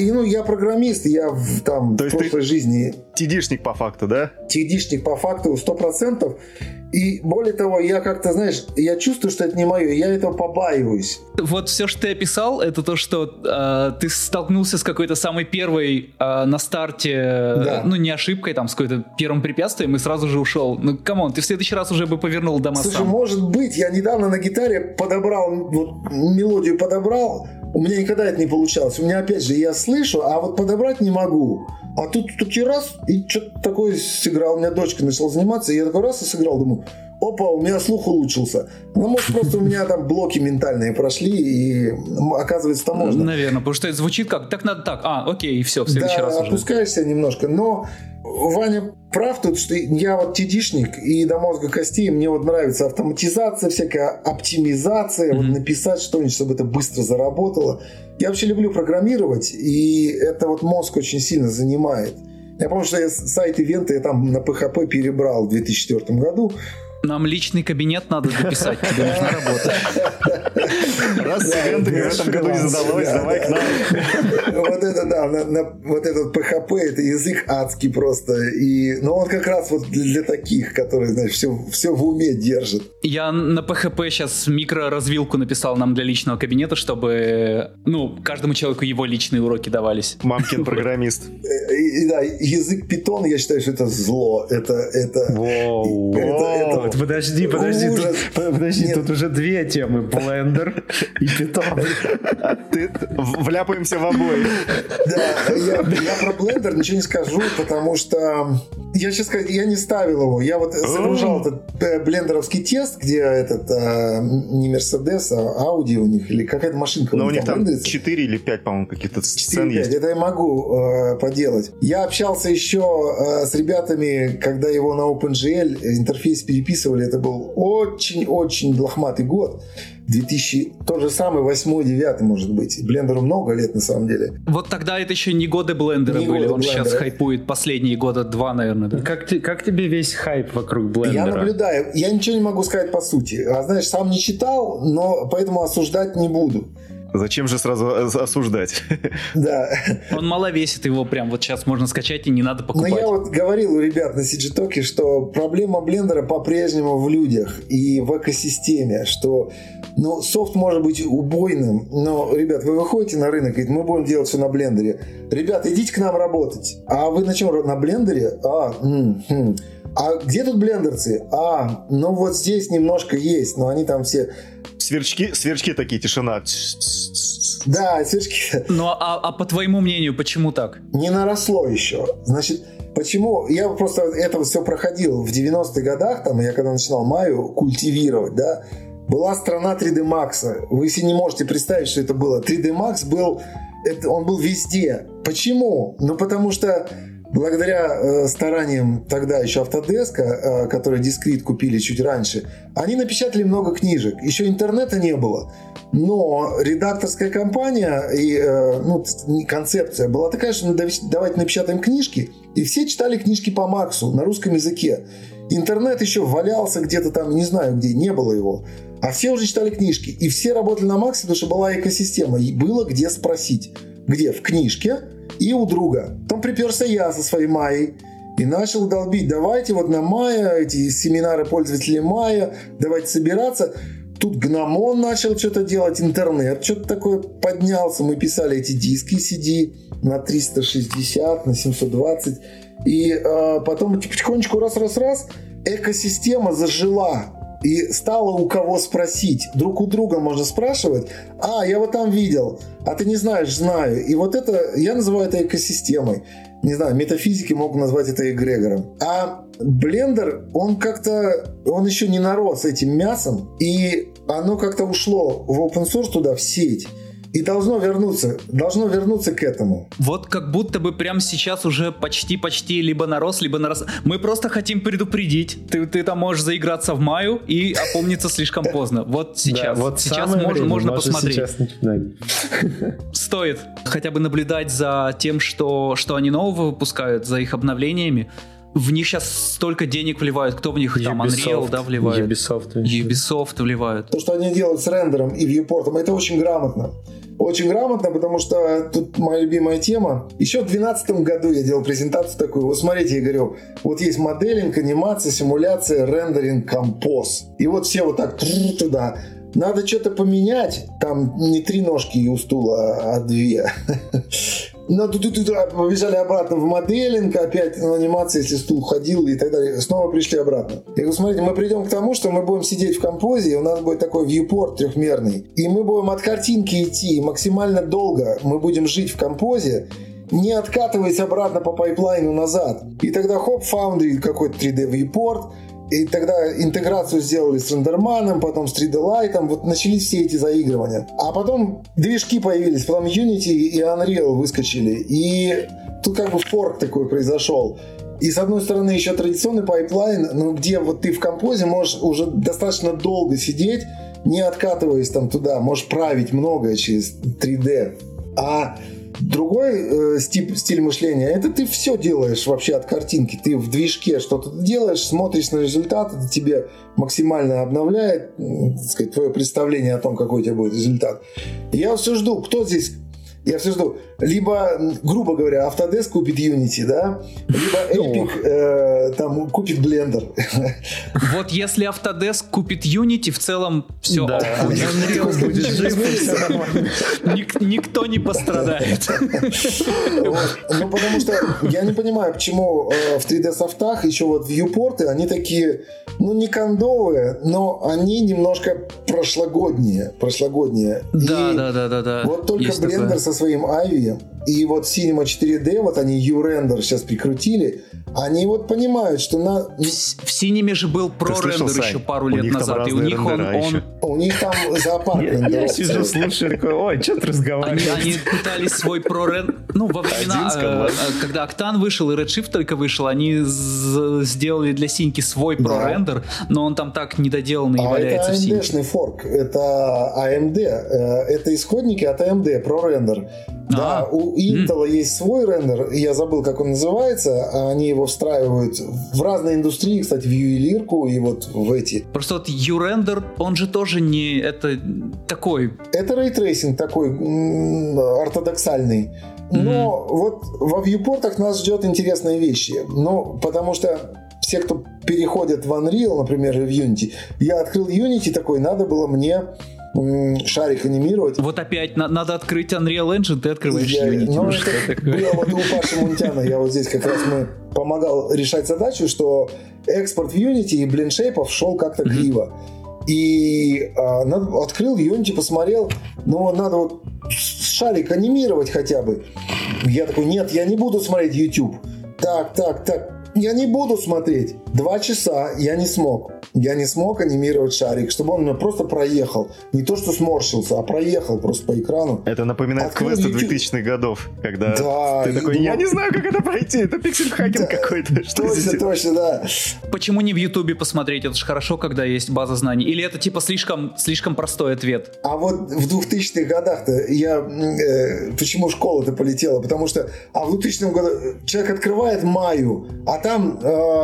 я программист, я в прошлой жизни... TD-шник по факту, да? TD-шник по факту 100%. И более того, я как-то, знаешь, я чувствую, что это не мое, я этого побаиваюсь. Вот все, что ты описал, это то, что ты столкнулся с какой-то самой первой на старте, да. Не ошибкой, с какой-то первым препятствием и сразу же ушел. Камон, ты в следующий раз уже бы повернул дома сам. Слушай, может быть, я недавно на гитаре подобрал, мелодию подобрал, у меня никогда это не получалось. У меня, опять же, я слышу, а вот подобрать не могу. А тут таки раз, и что-то такое сыграл. У меня дочка начала заниматься, и я такой раз и сыграл. Думаю, опа, у меня слух улучшился. Может, просто у меня там блоки ментальные прошли, и оказывается, там можно. Наверное, потому что это звучит как, так надо так. Окей, и все, в следующий раз уже. Да, опускаешься немножко, но Ваня прав тут, что я вот TD-шник, и до мозга костей мне вот нравится автоматизация, всякая оптимизация, вот написать что-нибудь, чтобы это быстро заработало. Я вообще люблю программировать, и это вот мозг очень сильно занимает. Я помню, что я сайт ивенты я там на PHP перебрал в 2004 году. Нам личный кабинет надо дописать, тебе нужна работа. Раз с ивентами в этом году не задалось, давай к нам. Вот это, да, вот этот PHP, это язык адский просто. Но он как раз вот для таких, которые, знаешь, все в уме держат. Я на PHP сейчас микроразвилку написал нам для личного кабинета, чтобы, каждому человеку его личные уроки давались. Мамкин программист. Да, язык Python, я считаю, что это зло. Это Нет, подожди, тут уже две темы, блендер и питон. Вляпаемся в обои. Да, я про блендер ничего не скажу, потому что я не ставил его. Я вот загружал этот блендеровский тест, где этот не Мерседес, а Ауди у них, или какая-то машинка. Но у них там 4 или 5, по-моему, каких-то сцен есть. Это я могу поделать. Я общался еще с ребятами, когда его на OpenGL интерфейс переписывали. Это был очень-очень лохматый год. 2000, тот же самый 8-9, может быть. Блендеру много лет, на самом деле. Вот тогда это еще не годы блендера были. Он сейчас хайпует последние года 2, наверное. Да? Как тебе весь хайп вокруг блендера? Я наблюдаю. Я ничего не могу сказать по сути. Знаешь, сам не читал, но поэтому осуждать не буду. Зачем же сразу осуждать? Да. Он мало весит, его прям вот сейчас можно скачать и не надо покупать. Но я вот говорил у ребят на CG-токе, что проблема блендера по-прежнему в людях и в экосистеме, что софт может быть убойным, но, ребят, вы выходите на рынок и говорите, мы будем делать все на блендере. Ребят, идите к нам работать. А вы на чем? На блендере? А где тут блендерцы? Вот здесь немножко есть, но они там все... Сверчки такие, тишина. Да, сверчки. Ну, а по твоему мнению, почему так? Не наросло еще. Значит, почему? Я просто это все проходил в 90-х годах, я когда начинал Maya культивировать, да, была страна 3D Max. Вы себе не можете представить, что это было. 3D Max он был везде. Почему? Потому что благодаря стараниям тогда еще Autodesk, которые Discrete купили чуть раньше, они напечатали много книжек. Еще интернета не было. Но редакторская компания и концепция была такая, что давайте напечатаем книжки. И все читали книжки по Максу на русском языке. Интернет еще валялся где-то там, не знаю где, не было его. А все уже читали книжки. И все работали на Максе, потому что была экосистема. И было где спросить. Где? В книжке и у друга. Потом приперся я со своей Майей и начал долбить. Давайте вот на Maya, эти семинары пользователей Maya, давайте собираться. Тут Гномон начал что-то делать, интернет что-то такое поднялся. Мы писали эти диски CD на 360, на 720. И потом потихонечку раз, экосистема зажила. И стало у кого спросить. Друг у друга можно спрашивать. Я вот там видел. А ты не знаешь? Знаю. И вот это, я называю это экосистемой. Не знаю, метафизики могут назвать это эгрегором. А блендер, он еще не нарос этим мясом. И оно как-то ушло в open source туда, в сеть. И должно вернуться к этому. Вот как будто бы прямо сейчас уже почти либо нарос. Мы просто хотим предупредить. Ты там можешь заиграться в Маю и опомниться слишком поздно. Вот сейчас. Да, вот сейчас можно посмотреть. Сейчас Стоит хотя бы наблюдать за тем, что они нового выпускают, за их обновлениями. В них сейчас столько денег вливают. Кто в них там? Unreal, да, вливает? Ubisoft вливают. То, что они делают с рендером и вьюпортом, это очень грамотно. Очень грамотно, потому что тут моя любимая тема. Еще в 2012 году я делал презентацию такую. Вот смотрите, я говорю, вот есть моделинг, анимация, симуляция, рендеринг, композ. И вот все вот так туда. Надо что-то поменять. Там не 3 ножки у стула, а 2. Но тут побежали обратно в моделинг, опять на анимации, если стул ходил и так далее. Снова пришли обратно. Я говорю, смотрите, мы придем к тому, что мы будем сидеть в композе, и у нас будет такой вьюпорт трехмерный. И мы будем от картинки идти, и максимально долго мы будем жить в композе, не откатываясь обратно по пайплайну назад. И тогда хоп, Foundry какой-то 3D вьюпорт. И тогда интеграцию сделали с рендерманом, потом с 3D Light, вот начались все эти заигрывания. А потом движки появились, потом Unity и Unreal выскочили. И тут как бы форк такой произошел. И с одной стороны еще традиционный пайплайн, где вот ты в композе можешь уже достаточно долго сидеть, не откатываясь там туда, можешь править многое через 3D. А другой стиль мышления, это ты все делаешь вообще от картинки. Ты в движке что-то делаешь, смотришь на результат, это тебе максимально обновляет, так сказать, твое представление о том, какой у тебя будет результат. И я все жду, кто здесь Я все жду. Либо, грубо говоря, Autodesk купит Unity, да? Либо Epic там купит Blender. Вот если Autodesk купит Unity, в целом все. Да, Unreal будет жив, и все нормально. Никто не пострадает. Ну, потому что я не понимаю, почему в 3D-софтах еще вот viewporты, они такие, ну, не кондовые, но они немножко прошлогодние. Да. Вот только есть Blender такое. со своим Ivy и вот Cinema 4D, вот они U-Render сейчас прикрутили, они вот понимают, что В Cinema же был ProRender еще пару лет назад, и у них у них там зоопарк. Я сижу, слушаю, такой, ой, что ты разговариваешь? Они пытались свой ProRender... Ну, во времена, когда Octane вышел и Redshift только вышел, они сделали для Синьки свой ProRender, но он там так недоделанный и валяется в Синьке. Это AMD-шный форк, это AMD, это исходники от AMD, ProRender. Да, у Intel есть свой рендер, я забыл, как он называется, они его встраивают в разные индустрии, кстати, в ювелирку и вот в эти. Просто вот U-Render, он же тоже не... Это такой... Это рейтрейсинг такой ортодоксальный. Но вот во вьюпортах нас ждет интересные вещи. Ну, потому что все, кто переходят в Unreal, например, и в Unity, я открыл Unity такой, надо было мне шарик анимировать. Вот опять надо открыть Unreal Engine, ты открываешь Unity. Ну, это было вот у Паши Мунтяна. Я вот здесь как раз помогал решать задачу, что экспорт в Unity и блиншейпов шел как-то криво. И открыл Unity, посмотрел, ну, надо вот шарик анимировать хотя бы. Я такой, нет, я не буду смотреть YouTube. Так. Я не буду смотреть. 2 часа я не смог. Я не смог анимировать шарик, чтобы он у меня просто проехал. Не то, что сморщился, а проехал просто по экрану. Это напоминает квесты 2000-х годов, когда ты такой, я не знаю, как это пройти, это пиксель-хакинг какой-то. Точно, да. Почему не в Ютубе посмотреть? Это же хорошо, когда есть база знаний. Или это типа слишком простой ответ? А вот в 2000-х годах-то почему школа-то полетела? Потому что в 2000 году человек открывает Маю, а там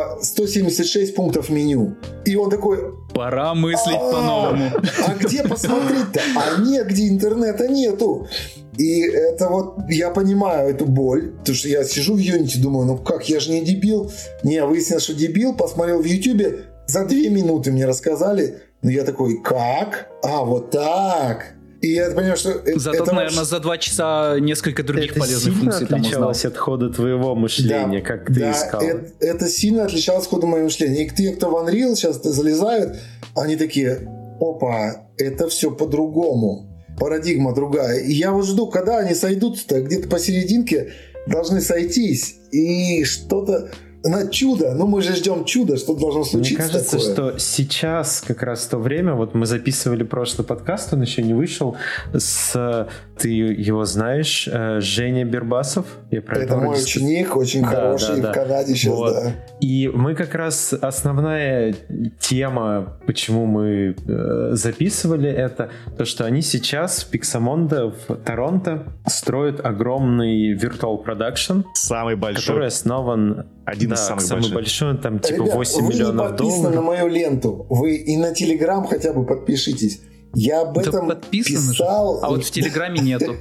176 пунктов меню. И он такой... Пора мыслить по-новому. А где посмотреть-то? А негде, интернета нету. И это вот, я понимаю эту боль, потому что я сижу в Unity, думаю, ну как, я же не дебил. Не, выяснилось, что дебил, посмотрел в YouTube, за 2 минуты мне рассказали. Ну я такой, как? Вот так. И я понимаю, что зато, это наверное, за 2 часа несколько других полезных функций там узнал. Это сильно отличалось от хода твоего мышления, как ты искал. Это сильно отличалось от хода моего мышления. И те, кто в Unreal сейчас залезают, они такие, опа, это все по-другому. Парадигма другая. И я вот жду, когда они сойдутся-то, где-то посерединке должны сойтись. И что-то... На чудо, мы же ждем чуда, что должно случиться. Мне кажется, такое. что сейчас как раз то время, вот мы записывали прошлый подкаст, он еще не вышел, ты его знаешь, Женя Бербасов. Это мой ученик, очень хороший, в Канаде сейчас, вот. Да. И мы как раз, основная тема, почему мы записывали это, то, что они сейчас в Pixamondo в Торонто строят огромный Virtual Production. Самый большой. Который основан... Один из самых самый большой, там типа Ребят, 8 миллионов долларов. Вы не подписаны на мою ленту. Вы и на Телеграм хотя бы подпишитесь. Я об этом писал. А вот в Телеграме нету.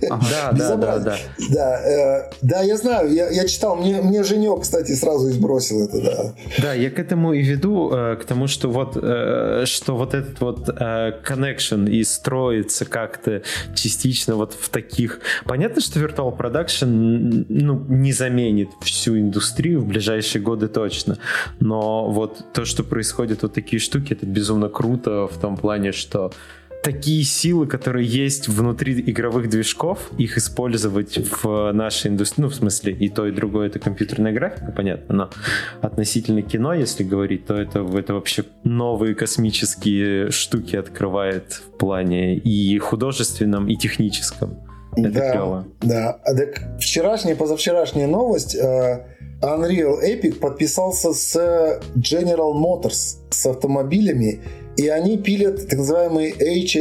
Да, я знаю, я читал. Мне Женек, кстати, сразу и сбросил это, да. Да, я к этому и веду, к тому, что вот этот вот connection и строится как-то частично вот в таких... Понятно, что Virtual Production не заменит всю индустрию в ближайшие годы точно, но вот то, что происходит, вот такие штуки, это безумно круто в том плане, что такие силы, которые есть внутри игровых движков, их использовать в нашей индустрии, в смысле и то, и другое, это компьютерная графика, понятно, но относительно кино, если говорить, то это вообще новые космические штуки открывает в плане и художественном, и техническом. Это клево. Да, так позавчерашняя новость, Unreal Epic подписался с General Motors, с автомобилями, и они пилят так называемый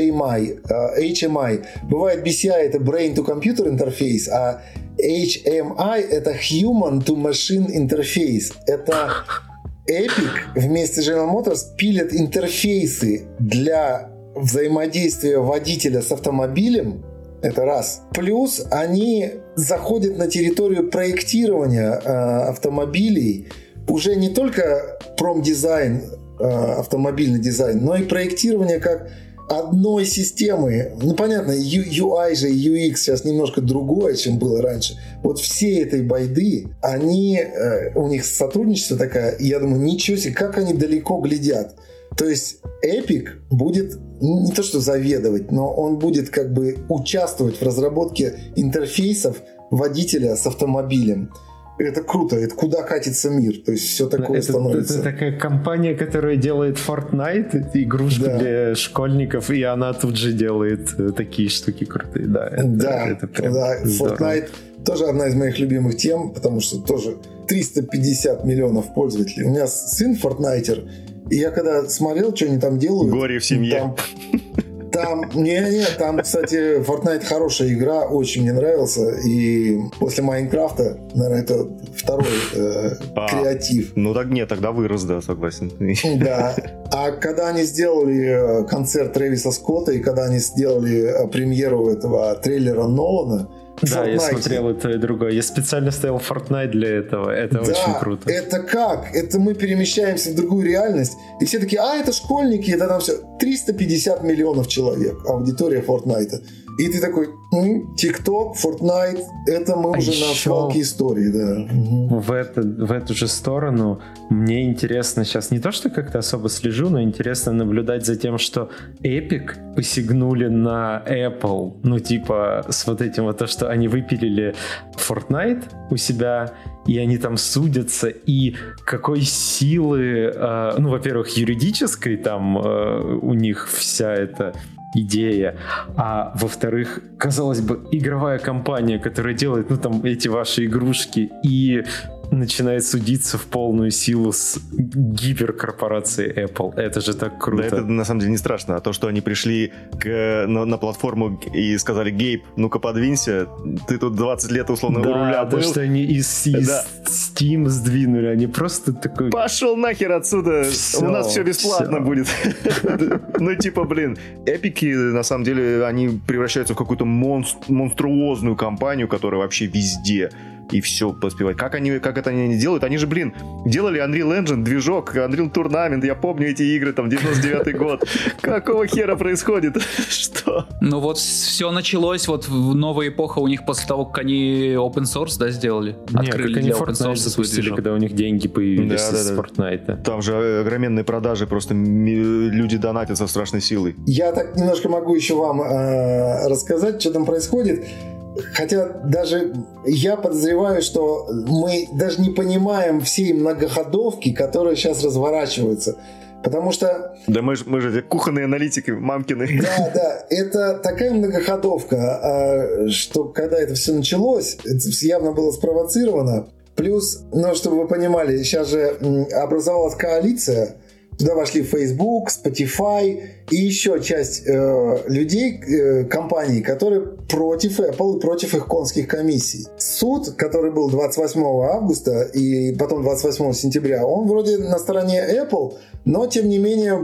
HMI. Бывает BCI, это Brain to Computer Interface, а HMI это Human to Machine Interface. Это Epic вместе с General Motors пилят интерфейсы для взаимодействия водителя с автомобилем Это раз. Плюс они заходят на территорию проектирования автомобилей, уже не только промдизайн, автомобильный дизайн, но и проектирование как одной системы. Ну, понятно, UI же, UX сейчас немножко другое, чем было раньше. Вот все этой байды, они, у них сотрудничество такое, и я думаю, ничего себе, как они далеко глядят. То есть Epic будет не то что заведовать, но он будет как бы участвовать в разработке интерфейсов водителя с автомобилем. Это круто, это куда катится мир, то есть все такое становится. Это такая компания, которая делает Fortnite, игрушку для школьников, и она тут же делает такие штуки крутые. Это прям Fortnite тоже одна из моих любимых тем, потому что тоже 350 миллионов пользователей. У меня сын фортнайтер, и я когда смотрел, что они там делают... Горе в семье. Там, кстати, Fortnite хорошая игра, очень мне нравился. И после Майнкрафта, наверное, это второй креатив. Ну так нет, тогда вырос, да, согласен. Да. А когда они сделали концерт Трэвиса Скотта, и когда они сделали премьеру этого трейлера Нолана, да, я смотрел это и другое. Я специально ставил Fortnite для этого. Это очень круто. Это как? Это мы перемещаемся в другую реальность. И все такие, это школьники, это там все. 350 миллионов человек. Аудитория Fortnite. И ты такой, TikTok, Fortnite, это мы уже на свалке истории, да. В эту же сторону мне интересно сейчас не то, что как-то особо слежу, но интересно наблюдать за тем, что Epic посягнули на Apple, ну типа с вот этим вот то, что они выпилили Fortnite у себя, и они там судятся, и какой силы, ну, во-первых, юридической там у них вся эта идея, а во-вторых, казалось бы, игровая компания, которая делает, ну, там, эти ваши игрушки, и начинает судиться в полную силу с гиперкорпорацией Apple. Это же так круто. Да, это на самом деле не страшно. А то, что они пришли на платформу и сказали: Гейб, ну-ка подвинься, ты тут 20 лет условно у руля был. Да, то, что они из Steam сдвинули, они просто такой... Пошел нахер отсюда, у нас все бесплатно будет. Ну, типа, блин, эпики, на самом деле, они превращаются в какую-то монструозную компанию, которая вообще везде. И все поспевать. Как это они делают? Они же, блин, делали Unreal Engine, движок, Unreal Tournament. Я помню эти игры, там, 99-й год. Какого хера происходит? Что? Ну вот все началось, вот новая эпоха у них после того, как они open source, да, сделали? Открыли как они Fortnite запустили, когда у них деньги появились с Fortnite. Там же огроменные продажи, просто люди донатят со страшной силой. Я так немножко могу еще вам рассказать, что там происходит. Хотя даже я подозреваю, что мы даже не понимаем всей многоходовки, которая сейчас разворачивается. Потому что... Да мы же кухонные аналитики, мамкины. Да, это такая многоходовка, что когда это все началось, это явно было спровоцировано. Плюс, ну, чтобы вы понимали, сейчас же образовалась коалиция. Туда вошли Facebook, Spotify и еще часть людей, компаний, которые против Apple и против их конских комиссий. Суд, который был 28 августа и потом 28 сентября, он вроде на стороне Apple, но тем не менее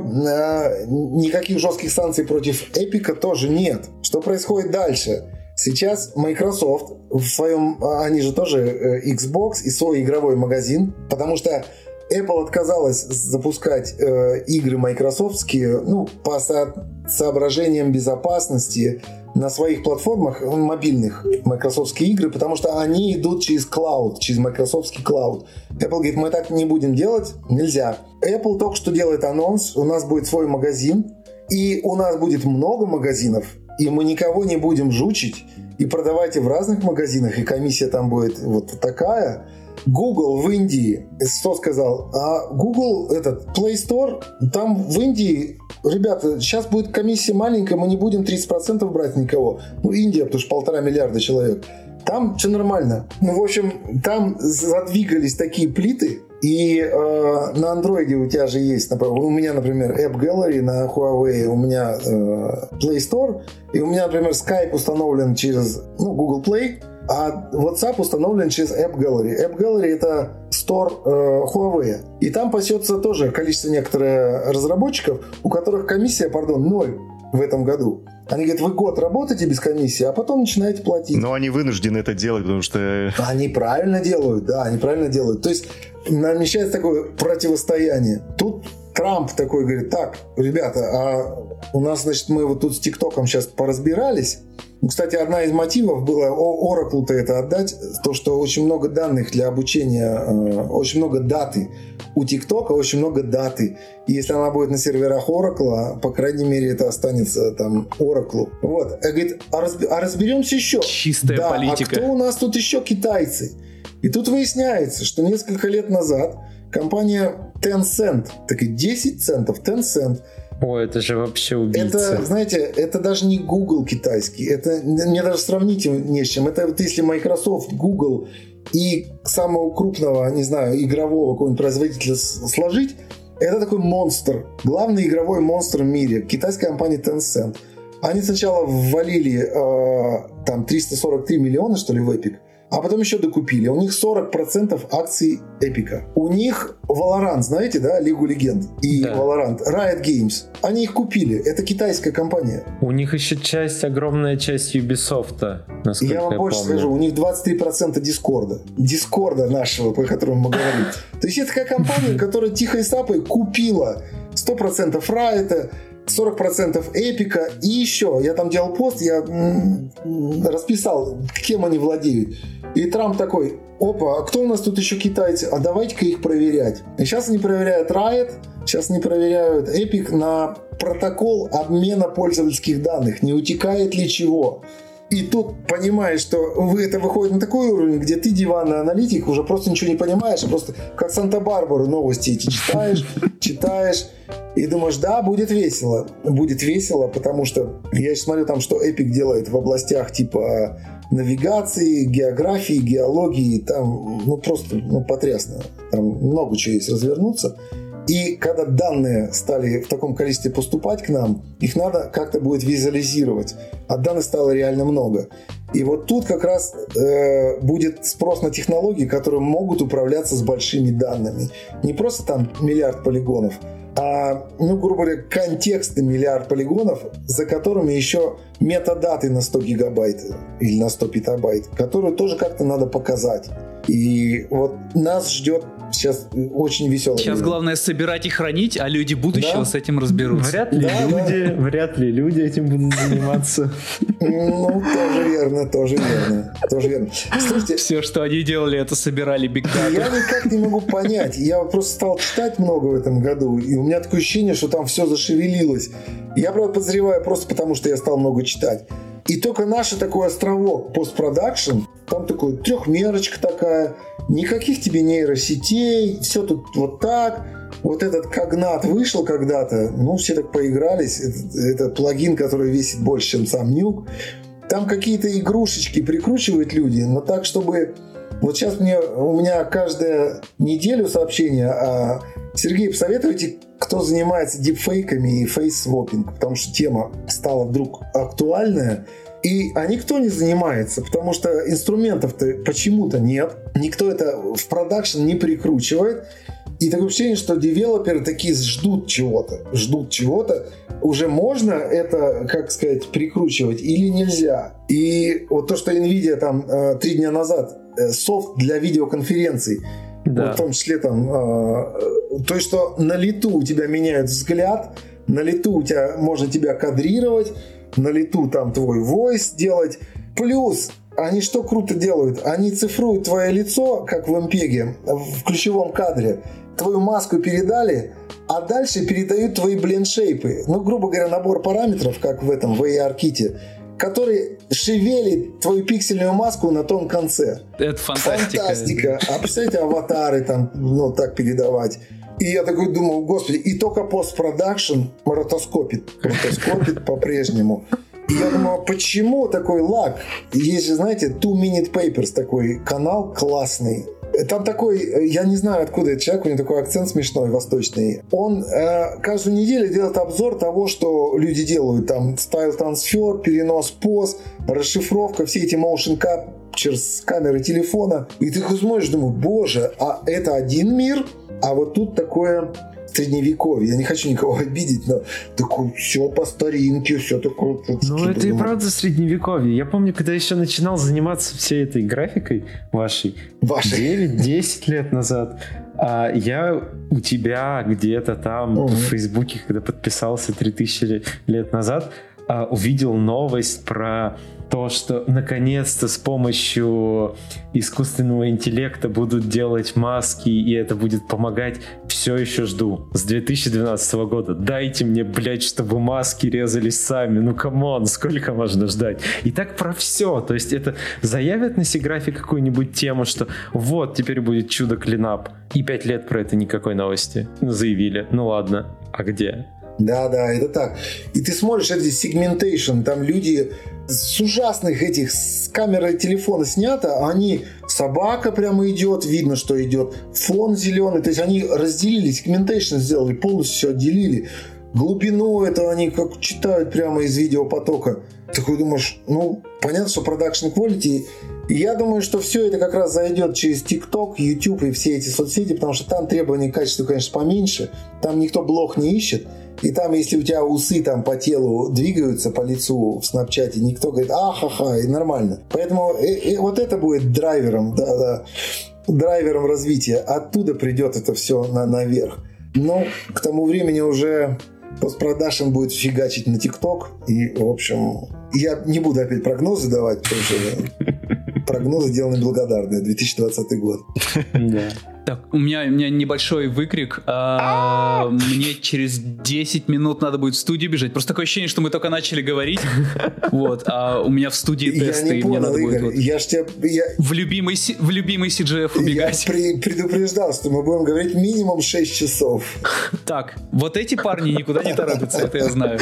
никаких жестких санкций против Epic тоже нет. Что происходит дальше? Сейчас Microsoft в своем, они же тоже Xbox и свой игровой магазин, потому что Apple отказалась запускать игры майкрософтские, ну, по соображениям безопасности на своих платформах мобильных, майкрософтские игры, потому что они идут через клауд, через майкрософтский клауд. Apple говорит, мы так не будем делать, нельзя. Apple только что делает анонс, у нас будет свой магазин, и у нас будет много магазинов, и мы никого не будем жучить, и продавайте в разных магазинах, и комиссия там будет вот такая. Google в Индии, что сказал? А Google, этот Play Store, там в Индии, ребята, сейчас будет комиссия маленькая, мы не будем 30% брать никого. Ну, Индия, потому что 1,5 миллиарда человек. Там все нормально. Ну, в общем, там задвигались такие плиты, и на андроиде у тебя же есть, у меня, например, App Gallery на Huawei, у меня Play Store, и у меня, например, Skype установлен через Google Play, а WhatsApp установлен через App Gallery. App Gallery — это Store Huawei. И там пасется тоже количество некоторых разработчиков, у которых комиссия, 0. в этом году. Они говорят, вы год работаете без комиссии, а потом начинаете платить. Но они вынуждены это делать, потому что... Они правильно делают, да, они правильно делают. То есть намечается такое противостояние. Тут Трамп такой говорит, так, ребята, а у нас, значит, мы вот тут с ТикТоком сейчас поразбирались. Кстати, одна из мотивов была Oracle-то это отдать, то, что очень много данных для обучения, очень много даты. У ТикТока очень много даты. И если она будет на серверах Oracle, по крайней мере, это останется там Oracle. Вот. Говорит, а разберемся еще. Чистая политика. А кто у нас тут еще китайцы? И тут выясняется, что несколько лет назад компания Tencent, так и 10 центов, Tencent. Ой, это же вообще убийца. Это, знаете, это даже не Google китайский. Это мне даже сравнить не с чем. Это вот если Microsoft, Google и самого крупного, не знаю, игрового какого-нибудь производителя сложить, это такой монстр. Главный игровой монстр в мире. Китайская компания Tencent. Они сначала ввалили там 343 миллиона, что ли, в Epic. А потом еще докупили. У них 40% акций Эпика. У них Valorant, знаете, да, Лигу Легенд и да. Valorant, Riot Games. Они их купили. Это китайская компания. У них еще огромная часть Ubisoft, насколько я вам больше помню. скажу. У них 23% Дискорда. Дискорда нашего, по которому мы говорим. То есть это такая компания, которая тихой сапой купила 100% Riot, 40% Эпика и еще. Я там делал пост, я расписал, кем они владеют. И Трамп такой, опа, а кто у нас тут еще китайцы? А давайте-ка их проверять. И сейчас они проверяют Riot, сейчас они проверяют Epic на протокол обмена пользовательских данных. Не утекает ли чего? И тут понимаешь, что это выходит на такой уровень, где ты, диванный аналитик, уже просто ничего не понимаешь, а просто как Санта-Барбару новости эти читаешь, и думаешь, да, будет весело. Будет весело, потому что я сейчас смотрю там, что Epic делает в областях типа навигации, географии, геологии, там просто потрясно. Там много чего есть развернуться. И когда данные стали в таком количестве поступать к нам, их надо как-то будет визуализировать. А данных стало реально много. И вот тут как раз будет спрос на технологии, которые могут управляться с большими данными. Не просто там миллиард полигонов, а, грубо говоря, контексты миллиард полигонов, за которыми еще метадаты на 100 гигабайт или на 100 петабайт, которые тоже как-то надо показать. И вот нас ждет сейчас очень весело. Сейчас главное собирать и хранить, а люди будущего с этим разберутся. Вряд ли люди этим будут заниматься. Тоже верно. Слушайте, все, что они делали, это собирали бигдату. Я никак не могу понять. Я просто стал читать много в этом году, и у меня такое ощущение, что там все зашевелилось. Я, правда, подозреваю просто потому, что я стал много читать. И только наш такой островок постпродакшн, там такой трехмерочка такая, никаких тебе нейросетей, все тут вот так. Вот этот Когнат вышел когда-то, все так поигрались. Это плагин, который весит больше, чем сам Нюк. Там какие-то игрушечки прикручивают люди, но так, чтобы... Вот сейчас у меня каждую неделю сообщения, Сергей, посоветуйте, кто занимается дипфейками и фейс-своппинг, потому что тема стала вдруг актуальная, а никто не занимается, потому что инструментов-то почему-то нет, никто это в продакшн не прикручивает, и такое ощущение, что девелоперы такие ждут чего-то, уже можно это, как сказать, прикручивать или нельзя. И вот то, что Nvidia там 3 дня назад, софт для видеоконференций, да. Вот в том числе там, то, что на лету у тебя меняют взгляд, на лету можно тебя кадрировать, на лету там твой voice делать. Плюс они что круто делают? Они цифруют твое лицо, как в MPEG, в ключевом кадре. Твою маску передали, а дальше передают твои блендшейпы. грубо говоря, набор параметров, как в этом, в AR-ките, который шевелит твою пиксельную маску на том конце. Это фантастика. А представляете, аватары там, так передавать. И я такой думал, господи, и только постпродакшн ротоскопит по-прежнему. И я думал, почему такой лаг? Есть же, знаете, 2 Minute Papers, такой канал классный. Там такой, я не знаю, откуда этот человек, у него такой акцент смешной, восточный. Он каждую неделю делает обзор того, что люди делают. Там стайл-трансфер, перенос поз, расшифровка, все эти motion capture с камеры телефона. И ты смотришь, думаю, боже, а это один мир? А вот тут такое средневековье. Я не хочу никого обидеть, но такое все по старинке, все такое... Ну, это и правда средневековье. Я помню, когда еще начинал заниматься всей этой графикой вашей 9-10 лет назад, я у тебя где-то там в Фейсбуке, когда подписался 3000 лет назад, увидел новость про то, что наконец-то с помощью искусственного интеллекта будут делать маски, и это будет помогать. Все еще жду. С 2012 года. Дайте мне, блядь, чтобы маски резались сами. Ну, камон, сколько можно ждать? И так про все. То есть это заявят на Сиграфе какую-нибудь тему, что вот, теперь будет чудо-клинап. И 5 лет про это никакой новости. Заявили. Ну ладно. А где? Да, это так. И ты смотришь эти segmentation, там люди с ужасных этих, с камеры телефона снято, они, собака прямо идет, видно, что идет, фон зеленый, то есть они разделили, segmentation сделали, полностью все отделили. Глубину это они как читают прямо из видеопотока. Такой думаешь, ну, понятно, что production quality. И я думаю, что все это как раз зайдет через TikTok, YouTube и все эти соцсети, потому что там требования к качеству, конечно, поменьше. Там никто блог не ищет. И там, если у тебя усы там по телу двигаются, по лицу в Снапчате, никто говорит, ха-ха, и нормально. Поэтому вот это будет драйвером, драйвером развития. Оттуда придет это все наверх. Но к тому времени уже постпродакшн будет фигачить на ТикТок. И, в общем, я не буду опять прогнозы давать, потому что прогнозы дело неблагодарное. 2020 год. Так, у меня небольшой выкрик. Мне через 10 минут надо будет в студию бежать. Просто такое ощущение, что мы только начали говорить. Вот, а у меня в студии тесты, и мне надо будет в любимый CGF убегать. Я предупреждал, что мы будем говорить минимум 6 часов. Так, вот эти парни никуда не торопятся, это я знаю.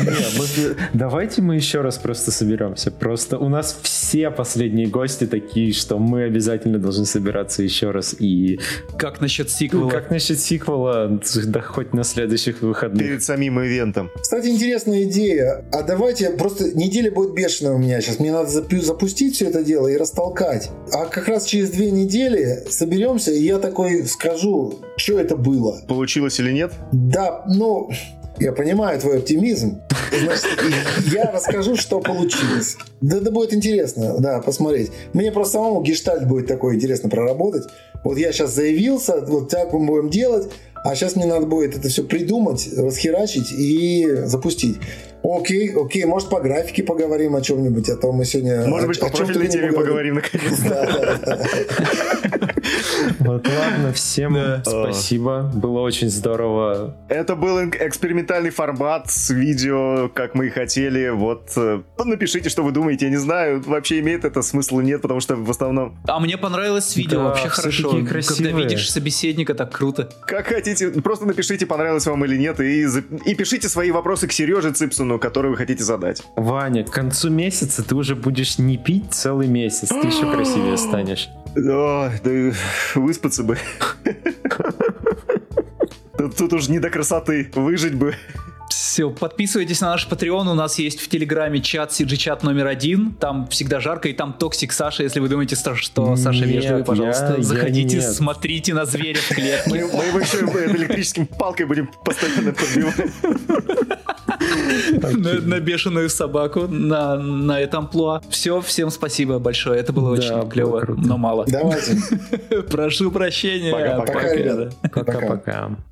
Давайте мы еще раз просто соберемся. Просто у нас все последние гости такие, что мы обязательно должны собираться еще раз и... Как насчет сиквела? Как насчет сиквела, да хоть на следующих выходных. Перед самим ивентом. Кстати, интересная идея. А давайте, просто неделя будет бешеная у меня сейчас. Мне надо запустить все это дело и растолкать. А как раз через 2 недели соберемся, и я такой скажу, что это было. Получилось или нет? Да, ну... Я понимаю твой оптимизм. Значит, я расскажу, что получилось. Да, это будет интересно, да, посмотреть. Мне просто самому гештальт будет такой интересно проработать. Вот я сейчас заявился, вот так мы будем делать, а сейчас мне надо будет это все придумать, расхерачить и запустить. Окей, может по графике поговорим о чем-нибудь, а то мы сегодня... Может быть, по профильной теме поговорим наконец-то. Вот ладно, всем спасибо, было очень здорово. Это был экспериментальный формат с видео, как мы и хотели. Вот, напишите, что вы думаете, я не знаю, вообще имеет это смысл, нет, потому что в основном... А мне понравилось видео, вообще хорошо. Когда видишь собеседника, так круто. Как хотите, просто напишите, понравилось вам или нет, и пишите свои вопросы к Сереже Ципсону, которые вы хотите задать. Ваня, к концу месяца ты уже будешь не пить целый месяц, ты еще красивее станешь. Да выспаться бы. Тут уж не до красоты, выжить бы. Все, подписывайтесь на наш Patreon, у нас есть в Телеграме чат, CG-чат номер 1, там всегда жарко, и там Токсик Саша, если вы думаете, что Саша вежливый, пожалуйста, заходите, смотрите на зверя в клетке. Мы его еще электрическим палкой будем постоянно подбивать. На бешеную собаку, на это амплуа. Все, всем спасибо большое, это было очень клево, но мало. Давайте. Прошу прощения. Пока-пока. Пока-пока.